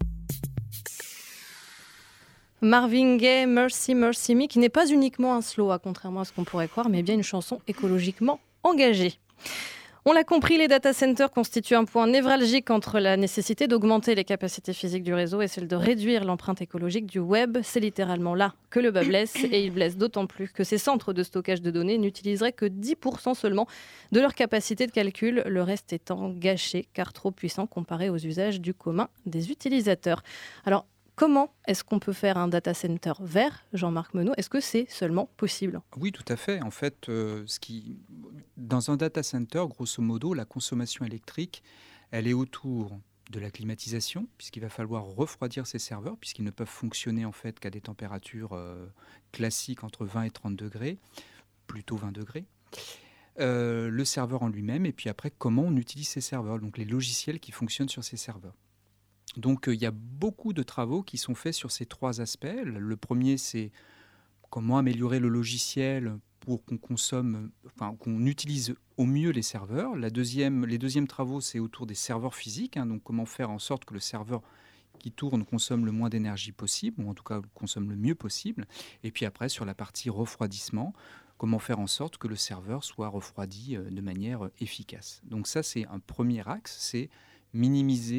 Marvin Gaye, Mercy Mercy Me, qui n'est pas uniquement un slow, contrairement à ce qu'on pourrait croire, mais bien une chanson écologiquement engagée. On l'a compris, les data centers constituent un point névralgique entre la nécessité d'augmenter les capacités physiques du réseau et celle de réduire l'empreinte écologique du web. C'est littéralement là que le bas blesse, et il blesse d'autant plus que ces centres de stockage de données n'utiliseraient que 10% seulement de leur capacité de calcul, le reste étant gâché car trop puissant comparé aux usages du commun des utilisateurs. Alors, comment est-ce qu'on peut faire un data center vert, Jean-Marc Menot? Est-ce que c'est seulement possible? Oui, tout à fait. En fait, dans un data center, grosso modo, la consommation électrique, elle est autour de la climatisation, puisqu'il va falloir refroidir ces serveurs, puisqu'ils ne peuvent fonctionner en fait qu'à des températures classiques entre 20 et 30 degrés, plutôt 20 degrés. Le serveur en lui-même, et puis après, comment on utilise ces serveurs, donc les logiciels qui fonctionnent sur ces serveurs. Donc, il y a beaucoup de travaux qui sont faits sur ces trois aspects. Le premier, c'est comment améliorer le logiciel pour qu'on utilise au mieux les serveurs. Les deuxièmes travaux, c'est autour des serveurs physiques. Donc, comment faire en sorte que le serveur qui tourne consomme le moins d'énergie possible, ou en tout cas consomme le mieux possible. Et puis après, sur la partie refroidissement, comment faire en sorte que le serveur soit refroidi de manière efficace. Donc ça, c'est un premier axe, c'est minimiser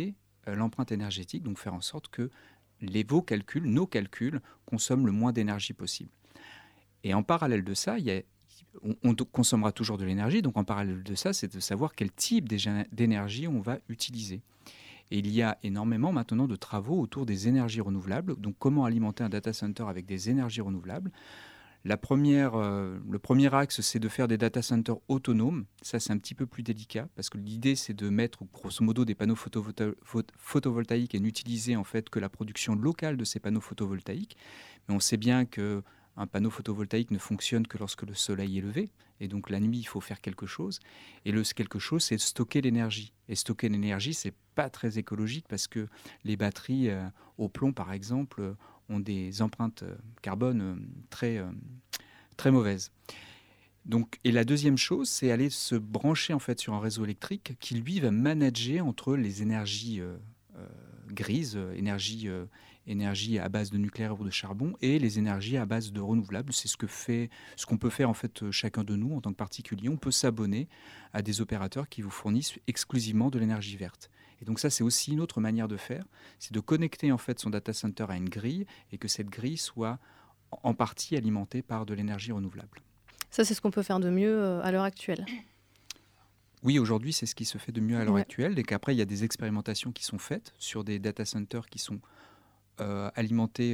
l'empreinte énergétique, donc faire en sorte que vos calculs, nos calculs, consomment le moins d'énergie possible. Et en parallèle de ça, on consommera toujours de l'énergie, donc en parallèle de ça, c'est de savoir quel type d'énergie on va utiliser. Et il y a énormément maintenant de travaux autour des énergies renouvelables, donc comment alimenter un data center avec des énergies renouvelables. Le premier axe, c'est de faire des data centers autonomes. Ça, c'est un petit peu plus délicat parce que l'idée, c'est de mettre grosso modo des panneaux photovoltaïques et n'utiliser en fait que la production locale de ces panneaux photovoltaïques. Mais on sait bien qu'un panneau photovoltaïque ne fonctionne que lorsque le soleil est levé. Et donc la nuit, il faut faire quelque chose. Et quelque chose, c'est stocker l'énergie. Et stocker l'énergie, c'est pas très écologique parce que les batteries au plomb, par exemple, ont des empreintes carbone très mauvaises. Donc, et la deuxième chose, c'est aller se brancher en fait sur un réseau électrique qui, lui, va manager entre les énergies grises, énergie à base de nucléaire ou de charbon, et les énergies à base de renouvelables. C'est ce qu'on peut faire en fait chacun de nous en tant que particulier. On peut s'abonner à des opérateurs qui vous fournissent exclusivement de l'énergie verte. Et donc ça, c'est aussi une autre manière de faire, c'est de connecter en fait son data center à une grille et que cette grille soit en partie alimentée par de l'énergie renouvelable. Ça, c'est ce qu'on peut faire de mieux à l'heure actuelle. Oui, aujourd'hui, c'est ce qui se fait de mieux à l'heure actuelle. Et qu'après, il y a des expérimentations qui sont faites sur des data centers qui sont alimentés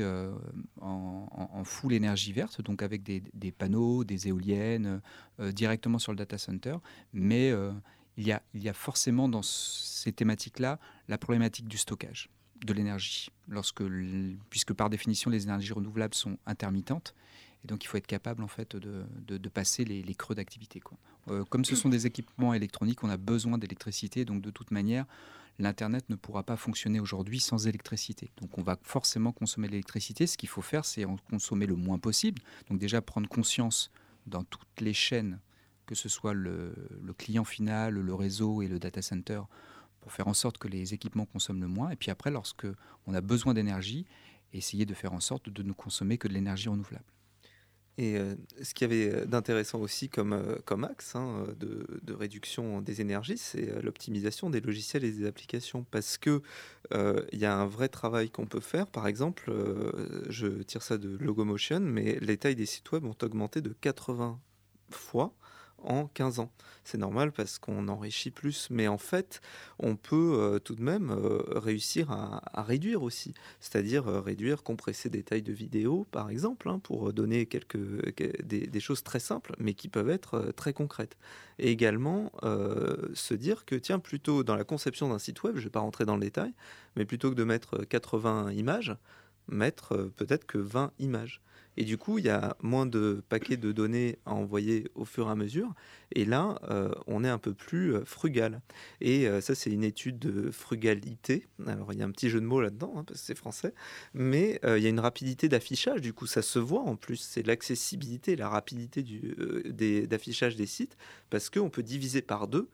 en full énergie verte, donc avec des panneaux, des éoliennes directement sur le data center. Mais il y a forcément dans ces thématiques-là la problématique du stockage de l'énergie, puisque par définition les énergies renouvelables sont intermittentes, et donc il faut être capable en fait de passer les creux d'activité, quoi. Comme ce sont des équipements électroniques, on a besoin d'électricité, donc de toute manière l'Internet ne pourra pas fonctionner aujourd'hui sans électricité. Donc on va forcément consommer l'électricité. Ce qu'il faut faire, c'est en consommer le moins possible. Donc déjà prendre conscience dans toutes les chaînes, que ce soit le client final, le réseau et le data center, pour faire en sorte que les équipements consomment le moins. Et puis après, lorsque on a besoin d'énergie, essayer de faire en sorte de ne consommer que de l'énergie renouvelable. Et ce qu'il y avait d'intéressant aussi comme axe de réduction des énergies, c'est l'optimisation des logiciels et des applications. Parce qu'il y a un vrai travail qu'on peut faire. Par exemple, je tire ça de Logomotion, mais les tailles des sites web ont augmenté de 80 fois en 15 ans. C'est normal parce qu'on enrichit plus, mais en fait, on peut tout de même réussir à réduire aussi. C'est-à-dire réduire, compresser des tailles de vidéo, par exemple, pour donner des choses très simples, mais qui peuvent être très concrètes. Et également, se dire que, tiens, plutôt dans la conception d'un site web, je ne vais pas rentrer dans le détail, mais plutôt que de mettre 80 images, mettre peut-être que 20 images. Et du coup, il y a moins de paquets de données à envoyer au fur et à mesure. Et là, on est un peu plus frugal. Et ça, c'est une étude de frugalité. Alors, il y a un petit jeu de mots là-dedans, parce que c'est français. Mais il y a une rapidité d'affichage. Du coup, ça se voit en plus. C'est l'accessibilité, la rapidité d'affichage des sites. Parce qu'on peut diviser par 2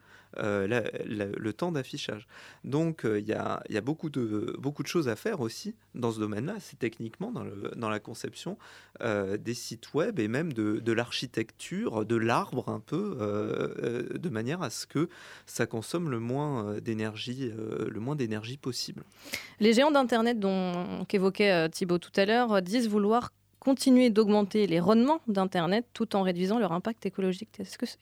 le temps d'affichage. Donc, il y a beaucoup de choses à faire aussi dans ce domaine-là. C'est techniquement dans la conception des sites web et même de l'architecture, de l'arbre un peu, de manière à ce que ça consomme le moins d'énergie possible. Les géants d'Internet qu'évoquait Thibaut tout à l'heure disent vouloir continuer d'augmenter les rendements d'Internet tout en réduisant leur impact écologique.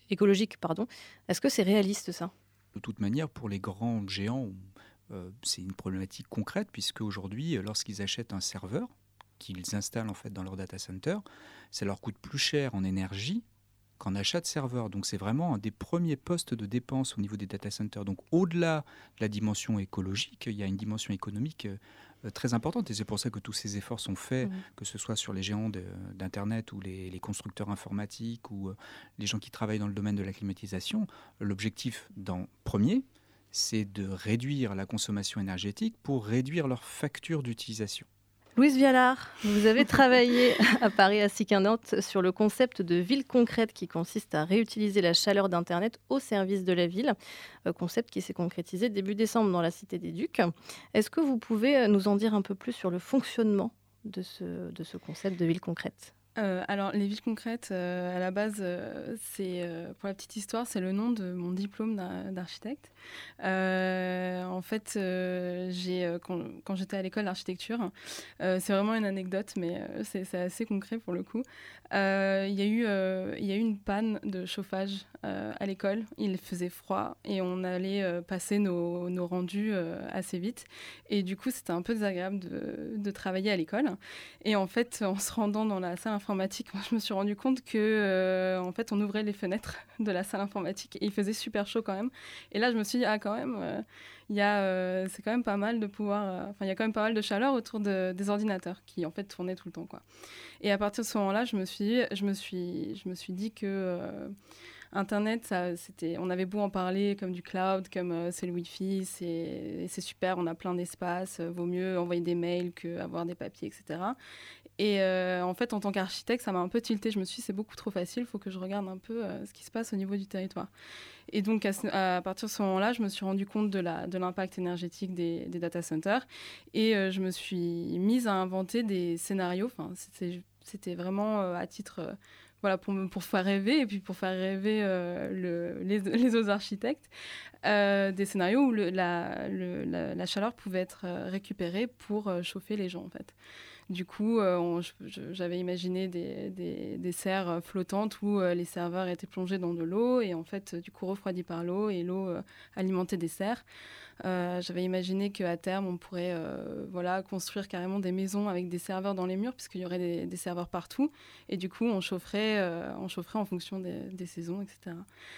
Est-ce que c'est réaliste, ça ? De toute manière, pour les grands géants, c'est une problématique concrète, puisque aujourd'hui, lorsqu'ils achètent un serveur, qu'ils installent en fait dans leur data center, ça leur coûte plus cher en énergie qu'en achat de serveur. Donc c'est vraiment un des premiers postes de dépenses au niveau des data centers. Donc au-delà de la dimension écologique, il y a une dimension économique très importante. Et c'est pour ça que tous ces efforts sont faits, que ce soit sur les géants d'Internet ou les constructeurs informatiques ou les gens qui travaillent dans le domaine de la climatisation. L'objectif premier, c'est de réduire la consommation énergétique pour réduire leur facture d'utilisation. Louise Vialard, vous avez travaillé à Paris ainsi qu'à Nantes sur le concept de ville concrète qui consiste à réutiliser la chaleur d'Internet au service de la ville, concept qui s'est concrétisé début décembre dans la Cité des Ducs. Est-ce que vous pouvez nous en dire un peu plus sur le fonctionnement de ce concept de ville concrète ? Alors, les villes concrètes, à la base, pour la petite histoire, c'est le nom de mon diplôme d'architecte. En fait, quand j'étais à l'école d'architecture, c'est vraiment une anecdote, mais c'est assez concret pour le coup. Il y a eu une panne de chauffage à l'école. Il faisait froid et on allait passer nos rendus assez vite. Et du coup, c'était un peu désagréable de travailler à l'école. Et en fait, en se rendant dans la salle informatique, moi, je me suis rendu compte que en fait, on ouvrait les fenêtres de la salle informatique et il faisait super chaud quand même. Et là, je me suis dit, quand même, c'est quand même pas mal de pouvoir... il y a quand même pas mal de chaleur autour des ordinateurs qui, en fait, tournaient tout le temps, quoi. Et à partir de ce moment-là, je me suis dit que... Internet, on avait beau en parler comme du cloud, comme c'est le Wi-Fi, c'est super, on a plein d'espace, vaut mieux envoyer des mails qu'avoir des papiers, etc. Et en fait, en tant qu'architecte, ça m'a un peu tilté. Je me suis dit, c'est beaucoup trop facile, il faut que je regarde un peu ce qui se passe au niveau du territoire. Et donc, à partir de ce moment-là, je me suis rendu compte de l'impact énergétique des data centers et je me suis mise à inventer des scénarios. Enfin, c'était vraiment à titre... pour faire rêver et puis pour faire rêver les autres architectes, des scénarios où la chaleur pouvait être récupérée pour chauffer les gens, en fait. Du coup, j'avais imaginé des serres flottantes où les serveurs étaient plongés dans de l'eau et en fait, du coup, refroidis par l'eau et l'eau alimentait des serres. J'avais imaginé qu'à terme, on pourrait construire carrément des maisons avec des serveurs dans les murs puisqu'il y aurait des serveurs partout. Et du coup, on chaufferait en fonction des saisons, etc.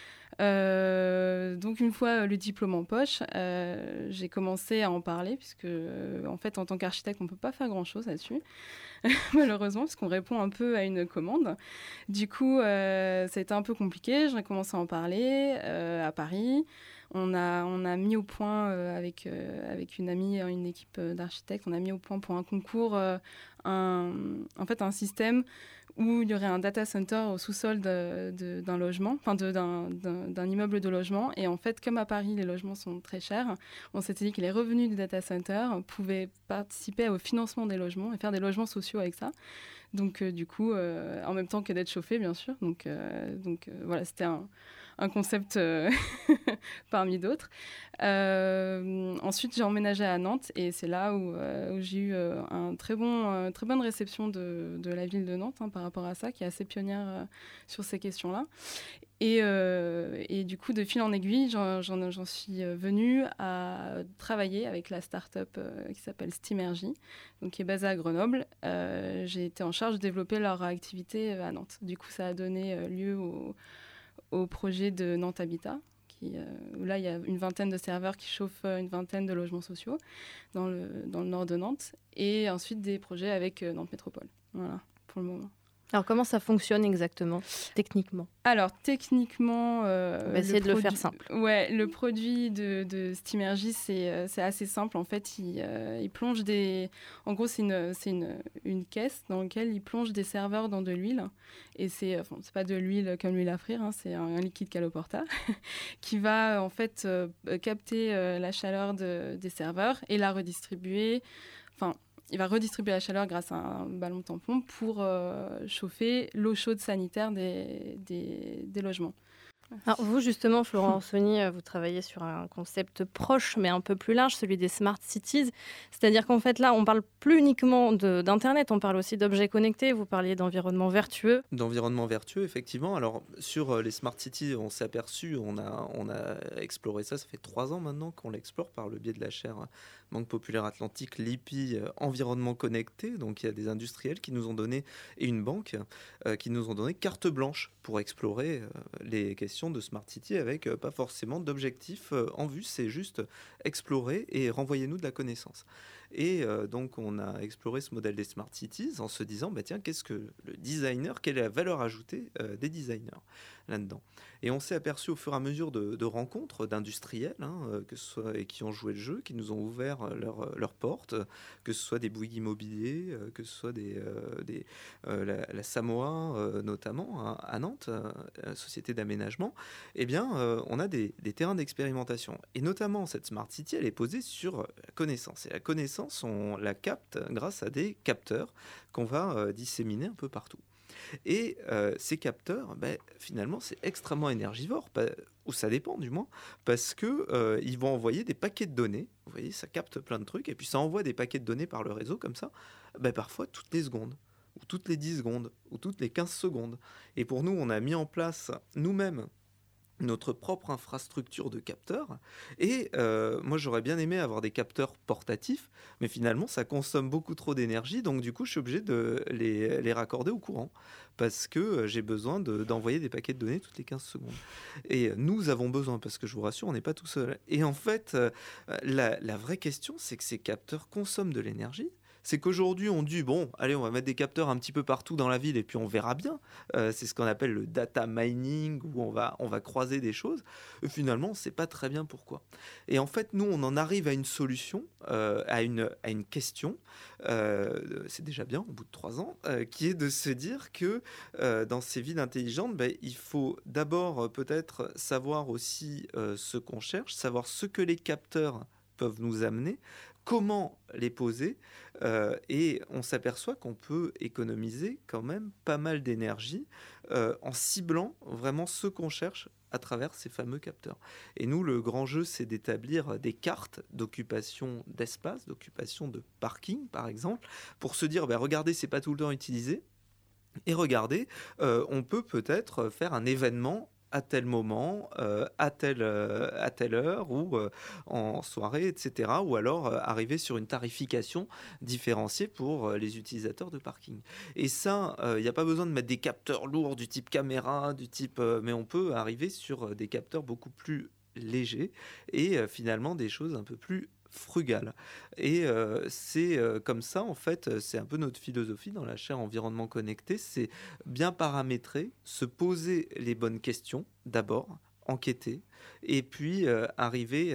Donc une fois le diplôme en poche, j'ai commencé à en parler puisque en fait en tant qu'architecte on peut pas faire grand chose là-dessus malheureusement parce qu'on répond un peu à une commande. Du coup ça a été un peu compliqué, j'ai commencé à en parler à Paris. On a mis au point avec une amie, une équipe d'architectes, on a mis au point pour un concours un système où il y aurait un data center au sous-sol d'un logement, enfin d'un immeuble de logement. Et en fait, comme à Paris, les logements sont très chers, on s'était dit que les revenus du data center pouvaient participer au financement des logements et faire des logements sociaux avec ça. Donc, du coup, en même temps que d'être chauffé, bien sûr. Donc voilà, c'était un concept parmi d'autres. Ensuite, j'ai emménagé à Nantes et c'est là où j'ai eu une très bonne réception de la ville de Nantes par rapport à ça, qui est assez pionnière sur ces questions-là. Et du coup, de fil en aiguille, j'en suis venue à travailler avec la start-up qui s'appelle Steamergy, donc qui est basée à Grenoble. J'ai été en charge de développer leur activité à Nantes. Du coup, ça a donné lieu au projet de Nantes Habitat, où là, il y a une vingtaine de serveurs qui chauffent une vingtaine de logements sociaux dans le nord de Nantes. Et ensuite, des projets avec Nantes Métropole. Voilà, pour le moment. Alors, comment ça fonctionne exactement, techniquement ? Alors, techniquement... on va essayer de le faire simple. Ouais, le produit de Steamergy, c'est assez simple. En fait, il plonge des... En gros, c'est une caisse dans laquelle il plonge des serveurs dans de l'huile. Et c'est pas de l'huile comme l'huile à frire, c'est un liquide Caloporta qui va, en fait, capter la chaleur des serveurs et la redistribuer... Il va redistribuer la chaleur grâce à un ballon tampon pour chauffer l'eau chaude sanitaire des logements. Alors vous, justement, Florence Saunier, vous travaillez sur un concept proche, mais un peu plus large, celui des smart cities. C'est-à-dire qu'en fait, là, on ne parle plus uniquement d'Internet, on parle aussi d'objets connectés. Vous parliez d'environnement vertueux. D'environnement vertueux, effectivement. Alors, sur les smart cities, on s'est aperçu, on a exploré ça fait 3 ans maintenant qu'on l'explore par le biais de la chaire Banque Populaire Atlantique, l'IPI Environnement Connecté. Donc, il y a des industriels qui nous ont donné, et une banque, qui nous ont donné carte blanche pour explorer les questions de Smart City avec pas forcément d'objectif en vue, c'est juste explorer et renvoyer-nous de la connaissance. Et donc on a exploré ce modèle des Smart Cities en se disant, tiens, qu'est-ce que le designer, quelle est la valeur ajoutée des designers là-dedans. Et on s'est aperçu au fur et à mesure de rencontres d'industriels, que ce soit, et qui ont joué le jeu, qui nous ont ouvert leurs portes, que ce soit des Bouygues Immobilier, que ce soit la Samoa notamment à Nantes, société d'aménagement, on a des terrains d'expérimentation. Et notamment cette Smart City, elle est posée sur la connaissance. Et la connaissance, on la capte grâce à des capteurs qu'on va disséminer un peu partout. Et ces capteurs, finalement, c'est extrêmement énergivore, ou ça dépend du moins, parce que ils vont envoyer des paquets de données. Vous voyez, ça capte plein de trucs, et puis ça envoie des paquets de données par le réseau comme ça, parfois toutes les secondes, ou toutes les 10 secondes, ou toutes les 15 secondes. Et pour nous, on a mis en place nous-mêmes notre propre infrastructure de capteurs. Et moi, j'aurais bien aimé avoir des capteurs portatifs, mais finalement, ça consomme beaucoup trop d'énergie. Donc, du coup, je suis obligé de les raccorder au courant parce que j'ai besoin d'envoyer des paquets de données toutes les 15 secondes. Et nous avons besoin, parce que je vous rassure, on n'est pas tout seul. Et en fait, la vraie question, c'est que ces capteurs consomment de l'énergie. C'est qu'aujourd'hui, on dit, allez, on va mettre des capteurs un petit peu partout dans la ville et puis on verra bien. C'est ce qu'on appelle le data mining, où on va croiser des choses. Et finalement, on ne sait pas très bien pourquoi. Et en fait, nous, on en arrive à une solution, à une question, c'est déjà bien, au bout de 3 ans, qui est de se dire que dans ces villes intelligentes, il faut d'abord peut-être savoir aussi ce qu'on cherche, savoir ce que les capteurs peuvent nous amener, comment les poser, et on s'aperçoit qu'on peut économiser quand même pas mal d'énergie en ciblant vraiment ce qu'on cherche à travers ces fameux capteurs. Et nous, le grand jeu, c'est d'établir des cartes d'occupation d'espace, d'occupation de parking, par exemple, pour se dire, regardez, c'est pas tout le temps utilisé, et regardez, on peut peut-être faire un événement à tel moment, à telle heure, ou en soirée, etc. Ou alors arriver sur une tarification différenciée pour les utilisateurs de parking. Et ça, il n'y a pas besoin de mettre des capteurs lourds du type caméra, mais on peut arriver sur des capteurs beaucoup plus légers et finalement des choses un peu plus frugales. Et c'est comme ça, en fait, c'est un peu notre philosophie dans la chaire Environnement Connecté, c'est bien paramétrer, se poser les bonnes questions d'abord, enquêter, et puis arriver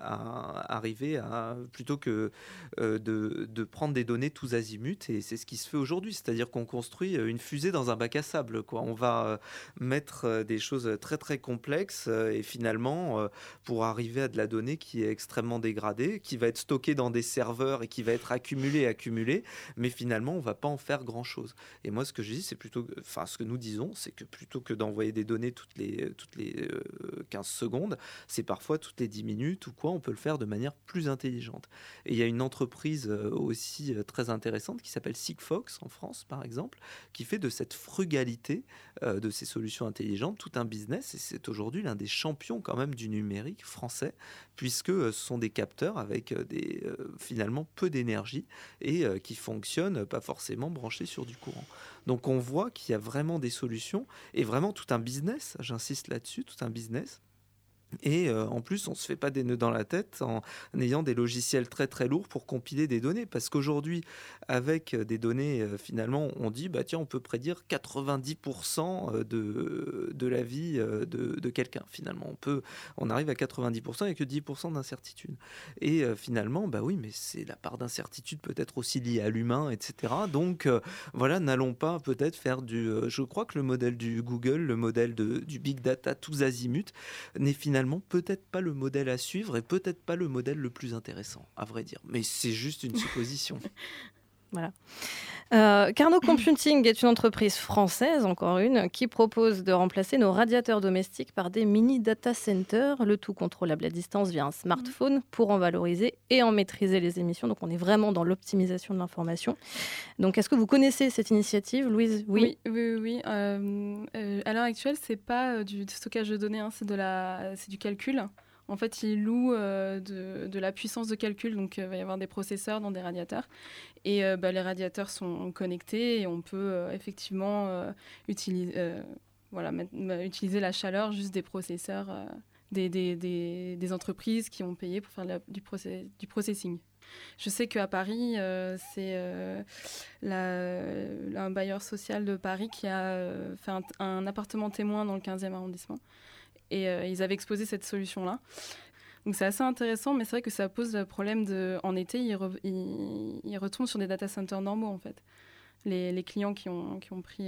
à plutôt que de prendre des données tous azimuts, et c'est ce qui se fait aujourd'hui, c'est-à-dire qu'on construit une fusée dans un bac à sable, quoi. On va mettre des choses très très complexes et finalement pour arriver à de la donnée qui est extrêmement dégradée, qui va être stockée dans des serveurs et qui va être accumulée, mais finalement on va pas en faire grand-chose. Et moi ce que je dis, c'est plutôt, ce que nous disons, c'est que plutôt que d'envoyer des données toutes les 15 secondes, c'est parfois toutes les 10 minutes ou quoi, on peut le faire de manière plus intelligente. Et il y a une entreprise aussi très intéressante qui s'appelle Sigfox en France, par exemple, qui fait de cette frugalité de ces solutions intelligentes tout un business, et c'est aujourd'hui l'un des champions quand même du numérique français, puisque ce sont des capteurs avec finalement peu d'énergie et qui fonctionnent pas forcément branchés sur du courant. Donc on voit qu'il y a vraiment des solutions et vraiment tout un business, j'insiste là-dessus, tout un business. Et en plus, on ne se fait pas des nœuds dans la tête en ayant des logiciels très très lourds pour compiler des données. Parce qu'aujourd'hui, avec des données, finalement, on dit, tiens, on peut prédire 90% de la vie de quelqu'un. Finalement, on arrive à 90% avec que 10% d'incertitude. Et finalement, oui, mais c'est la part d'incertitude peut-être aussi liée à l'humain, etc. Donc, voilà, n'allons pas peut-être faire je crois que le modèle du Google, le modèle du Big Data tous azimuts, n'est finalement peut-être pas le modèle à suivre et peut-être pas le modèle le plus intéressant, à vrai dire. Mais c'est juste une supposition. Voilà. Carnot Computing est une entreprise française, encore une, qui propose de remplacer nos radiateurs domestiques par des mini data centers, le tout contrôlable à distance via un smartphone pour en valoriser et en maîtriser les émissions. Donc on est vraiment dans l'optimisation de l'information. Donc est-ce que vous connaissez cette initiative, Louise ? Oui. À l'heure actuelle, c'est pas du stockage de données, c'est du calcul. En fait, ils louent de la puissance de calcul, donc il va y avoir des processeurs dans des radiateurs. Et les radiateurs sont connectés et on peut effectivement utiliser la chaleur juste des processeurs, des entreprises qui ont payé pour faire du processing. Je sais qu'à Paris, c'est un bailleur social de Paris qui a fait un appartement témoin dans le 15e arrondissement. Et ils avaient exposé cette solution-là. Donc c'est assez intéressant, mais c'est vrai que ça pose le problème en été, ils retournent sur des data centers normaux en fait. Les clients qui ont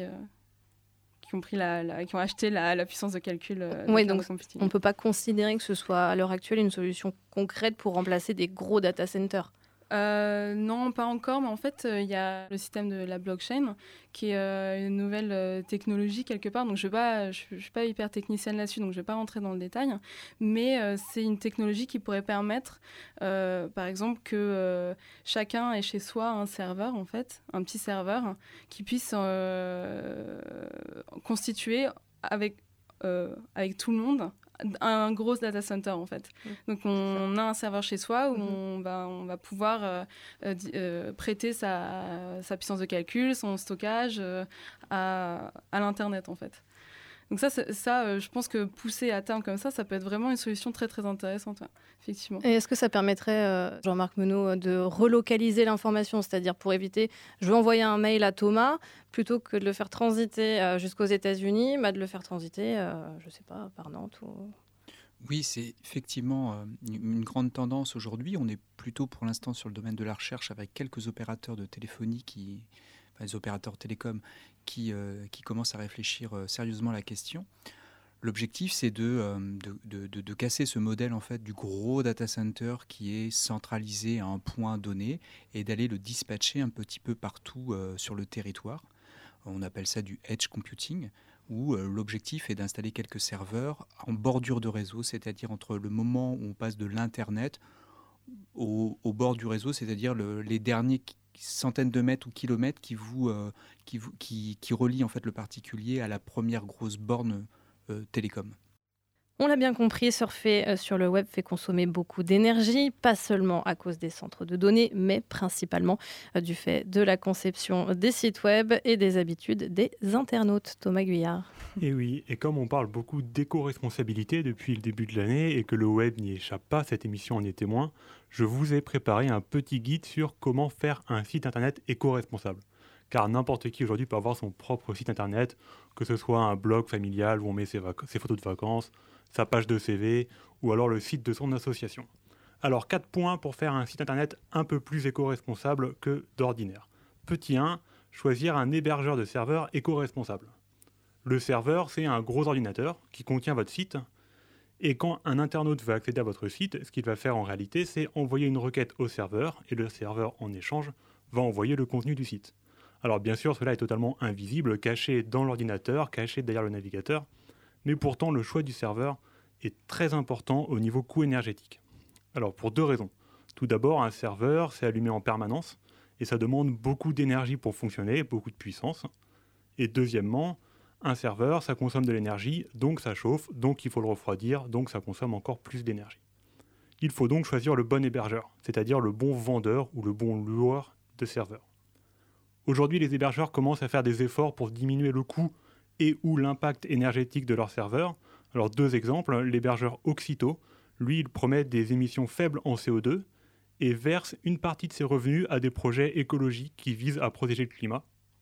acheté la puissance de calcul. Oui, donc on ne peut pas considérer que ce soit à l'heure actuelle une solution concrète pour remplacer des gros data centers. Non, pas encore, mais en fait, il y a le système de la blockchain qui est une nouvelle technologie quelque part. Donc, je suis pas hyper technicienne là-dessus, donc je ne vais pas rentrer dans le détail. Mais c'est une technologie qui pourrait permettre, par exemple, que chacun ait chez soi un serveur, en fait, un petit serveur, qui puisse constituer avec tout le monde un gros data center en fait. Donc on a un serveur chez soi où on va pouvoir prêter sa puissance de calcul, son stockage à l'internet en fait. Donc ça, je pense que pousser à terme comme ça peut être vraiment une solution très très intéressante, effectivement. Et est-ce que ça permettrait, Jean-Marc Menot, de relocaliser l'information, c'est-à-dire pour éviter, je veux envoyer un mail à Thomas, plutôt que de le faire transiter jusqu'aux États-Unis, de le faire transiter, je ne sais pas, par Nantes ou... Oui, c'est effectivement une grande tendance aujourd'hui. On est plutôt pour l'instant sur le domaine de la recherche avec quelques opérateurs de téléphonie les opérateurs télécoms qui commencent à réfléchir sérieusement à la question. L'objectif, c'est de casser ce modèle en fait, du gros data center qui est centralisé à un point donné et d'aller le dispatcher un petit peu partout sur le territoire. On appelle ça du edge computing, où l'objectif est d'installer quelques serveurs en bordure de réseau, c'est-à-dire entre le moment où on passe de l'Internet au bord du réseau, c'est-à-dire les derniers centaines de mètres ou kilomètres qui relient en fait le particulier à la première grosse borne télécom. On l'a bien compris, surfer sur le web fait consommer beaucoup d'énergie, pas seulement à cause des centres de données, mais principalement du fait de la conception des sites web et des habitudes des internautes. Thomas Guyard. Et oui, et comme on parle beaucoup d'éco-responsabilité depuis le début de l'année et que le web n'y échappe pas, cette émission en est témoin, je vous ai préparé un petit guide sur comment faire un site internet éco-responsable. Car n'importe qui aujourd'hui peut avoir son propre site internet, que ce soit un blog familial où on met ses photos de vacances, sa page de CV ou alors le site de son association. Alors 4 points pour faire un site internet un peu plus éco-responsable que d'ordinaire. Petit 1, choisir un hébergeur de serveur éco-responsable. Le serveur, c'est un gros ordinateur qui contient votre site. Et quand un internaute veut accéder à votre site, ce qu'il va faire en réalité, c'est envoyer une requête au serveur et le serveur, en échange, va envoyer le contenu du site. Alors bien sûr, cela est totalement invisible, caché dans l'ordinateur, caché derrière le navigateur, mais pourtant le choix du serveur est très important au niveau coût énergétique. Alors pour 2 raisons. Tout d'abord, un serveur, c'est allumé en permanence et ça demande beaucoup d'énergie pour fonctionner, beaucoup de puissance. Et deuxièmement, un serveur, ça consomme de l'énergie, donc ça chauffe, donc il faut le refroidir, donc ça consomme encore plus d'énergie. Il faut donc choisir le bon hébergeur, c'est-à-dire le bon vendeur ou le bon loueur de serveurs. Aujourd'hui, les hébergeurs commencent à faire des efforts pour diminuer le coût et ou l'impact énergétique de leurs serveurs. Alors 2 exemples, l'hébergeur Oxito, lui, il promet des émissions faibles en CO2 et verse une partie de ses revenus à des projets écologiques qui visent à protéger le climat.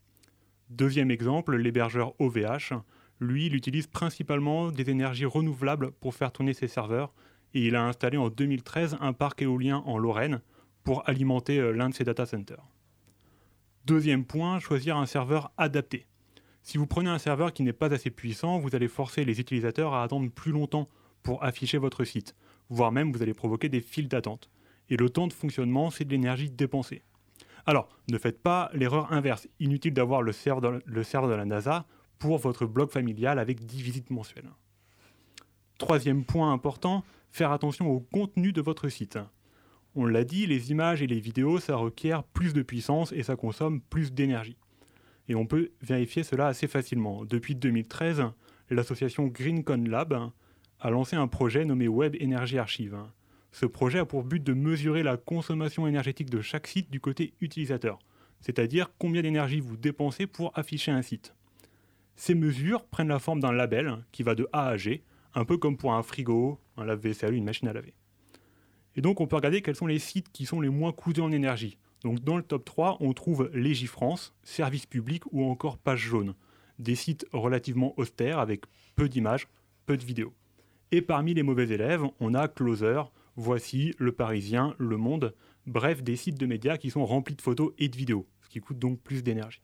2e exemple, l'hébergeur OVH, lui, il utilise principalement des énergies renouvelables pour faire tourner ses serveurs et il a installé en 2013 un parc éolien en Lorraine pour alimenter l'un de ses data centers. 2e point, choisir un serveur adapté. Si vous prenez un serveur qui n'est pas assez puissant, vous allez forcer les utilisateurs à attendre plus longtemps pour afficher votre site, voire même vous allez provoquer des files d'attente. Et le temps de fonctionnement, c'est de l'énergie dépensée. Alors, ne faites pas l'erreur inverse. Inutile d'avoir le serveur de la NASA pour votre blog familial avec 10 visites mensuelles. 3e point important, faire attention au contenu de votre site. On l'a dit, les images et les vidéos, ça requiert plus de puissance et ça consomme plus d'énergie. Et on peut vérifier cela assez facilement. Depuis 2013, l'association GreenCon Lab a lancé un projet nommé Web Energy Archive. Ce projet a pour but de mesurer la consommation énergétique de chaque site du côté utilisateur, c'est-à-dire combien d'énergie vous dépensez pour afficher un site. Ces mesures prennent la forme d'un label qui va de A à G, un peu comme pour un frigo, un lave-vaisselle, une machine à laver. Et donc on peut regarder quels sont les sites qui sont les moins coûteux en énergie. Donc dans le top 3, on trouve Légifrance, Service Public ou encore Page Jaune, des sites relativement austères avec peu d'images, peu de vidéos. Et parmi les mauvais élèves, on a Closer, Voici, Le Parisien, Le Monde, bref des sites de médias qui sont remplis de photos et de vidéos, ce qui coûte donc plus d'énergie.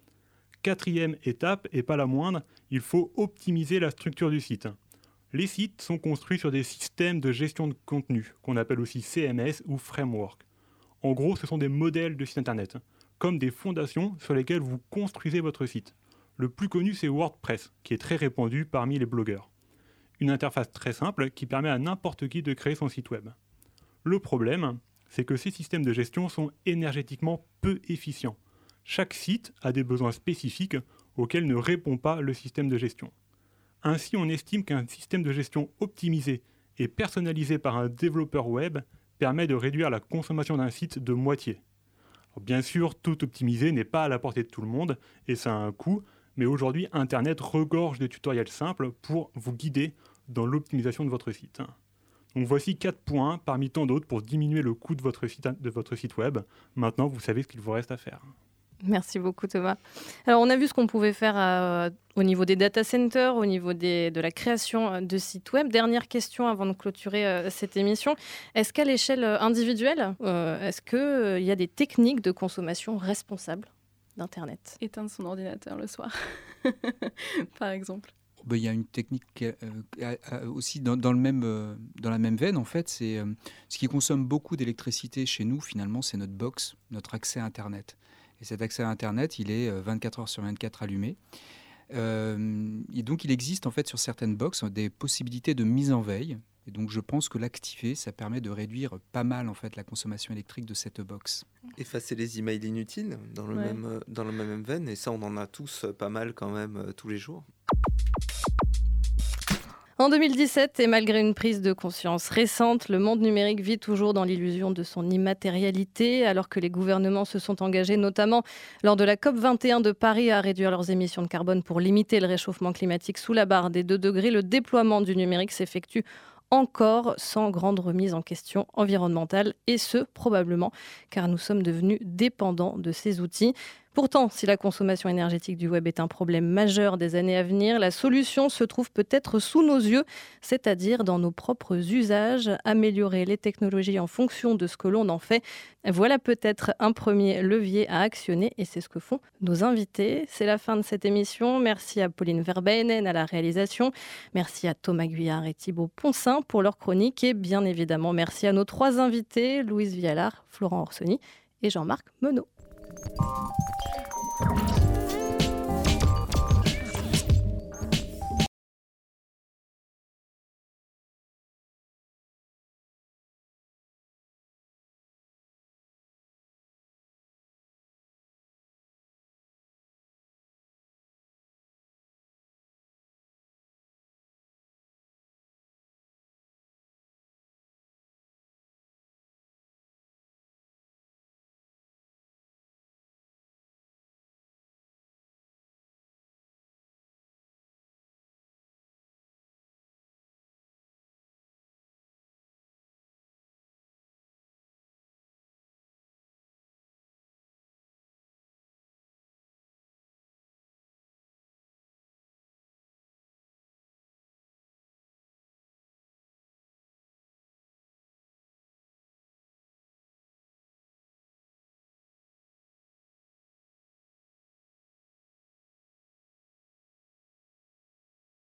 4e étape, et pas la moindre, il faut optimiser la structure du site. Les sites sont construits sur des systèmes de gestion de contenu, qu'on appelle aussi CMS ou Framework. En gros, ce sont des modèles de site internet, comme des fondations sur lesquelles vous construisez votre site. Le plus connu, c'est WordPress, qui est très répandu parmi les blogueurs. Une interface très simple qui permet à n'importe qui de créer son site web. Le problème, c'est que ces systèmes de gestion sont énergétiquement peu efficients. Chaque site a des besoins spécifiques auxquels ne répond pas le système de gestion. Ainsi, on estime qu'un système de gestion optimisé et personnalisé par un développeur web permet de réduire la consommation d'un site de moitié. Alors, bien sûr, tout optimiser n'est pas à la portée de tout le monde et ça a un coût, mais aujourd'hui, Internet regorge de tutoriels simples pour vous guider dans l'optimisation de votre site. Donc voici 4 points parmi tant d'autres pour diminuer le coût de votre site web. Maintenant, vous savez ce qu'il vous reste à faire. Merci beaucoup Thomas. Alors on a vu ce qu'on pouvait faire au niveau des data centers, au niveau de la création de sites web. Dernière question avant de clôturer cette émission. Est-ce qu'à l'échelle individuelle, est-ce qu'il y a des techniques de consommation responsables d'Internet ? Éteindre son ordinateur le soir, par exemple. Il y a une technique aussi dans la même veine, en fait. C'est ce qui consomme beaucoup d'électricité chez nous, finalement, c'est notre box, notre accès à Internet. Et cet accès à Internet, il est 24 heures sur 24 allumé. Et donc, il existe en fait sur certaines box des possibilités de mise en veille. Et donc, je pense que l'activer, ça permet de réduire pas mal en fait la consommation électrique de cette box. Effacer les emails inutiles dans la même veine. Et ça, on en a tous pas mal quand même tous les jours. En 2017, et malgré une prise de conscience récente, le monde numérique vit toujours dans l'illusion de son immatérialité, alors que les gouvernements se sont engagés, notamment lors de la COP21 de Paris, à réduire leurs émissions de carbone pour limiter le réchauffement climatique sous la barre des 2 degrés. Le déploiement du numérique s'effectue encore sans grande remise en question environnementale, et ce, probablement, car nous sommes devenus dépendants de ces outils. Pourtant, si la consommation énergétique du web est un problème majeur des années à venir, la solution se trouve peut-être sous nos yeux, c'est-à-dire dans nos propres usages, améliorer les technologies en fonction de ce que l'on en fait. Voilà peut-être un premier levier à actionner et c'est ce que font nos invités. C'est la fin de cette émission. Merci à Pauline Verbeinen à la réalisation. Merci à Thomas Guyard et Thibaut Poncin pour leur chronique et bien évidemment merci à nos 3 invités, Louise Vialard, Florent Orsoni et Jean-Marc Menot.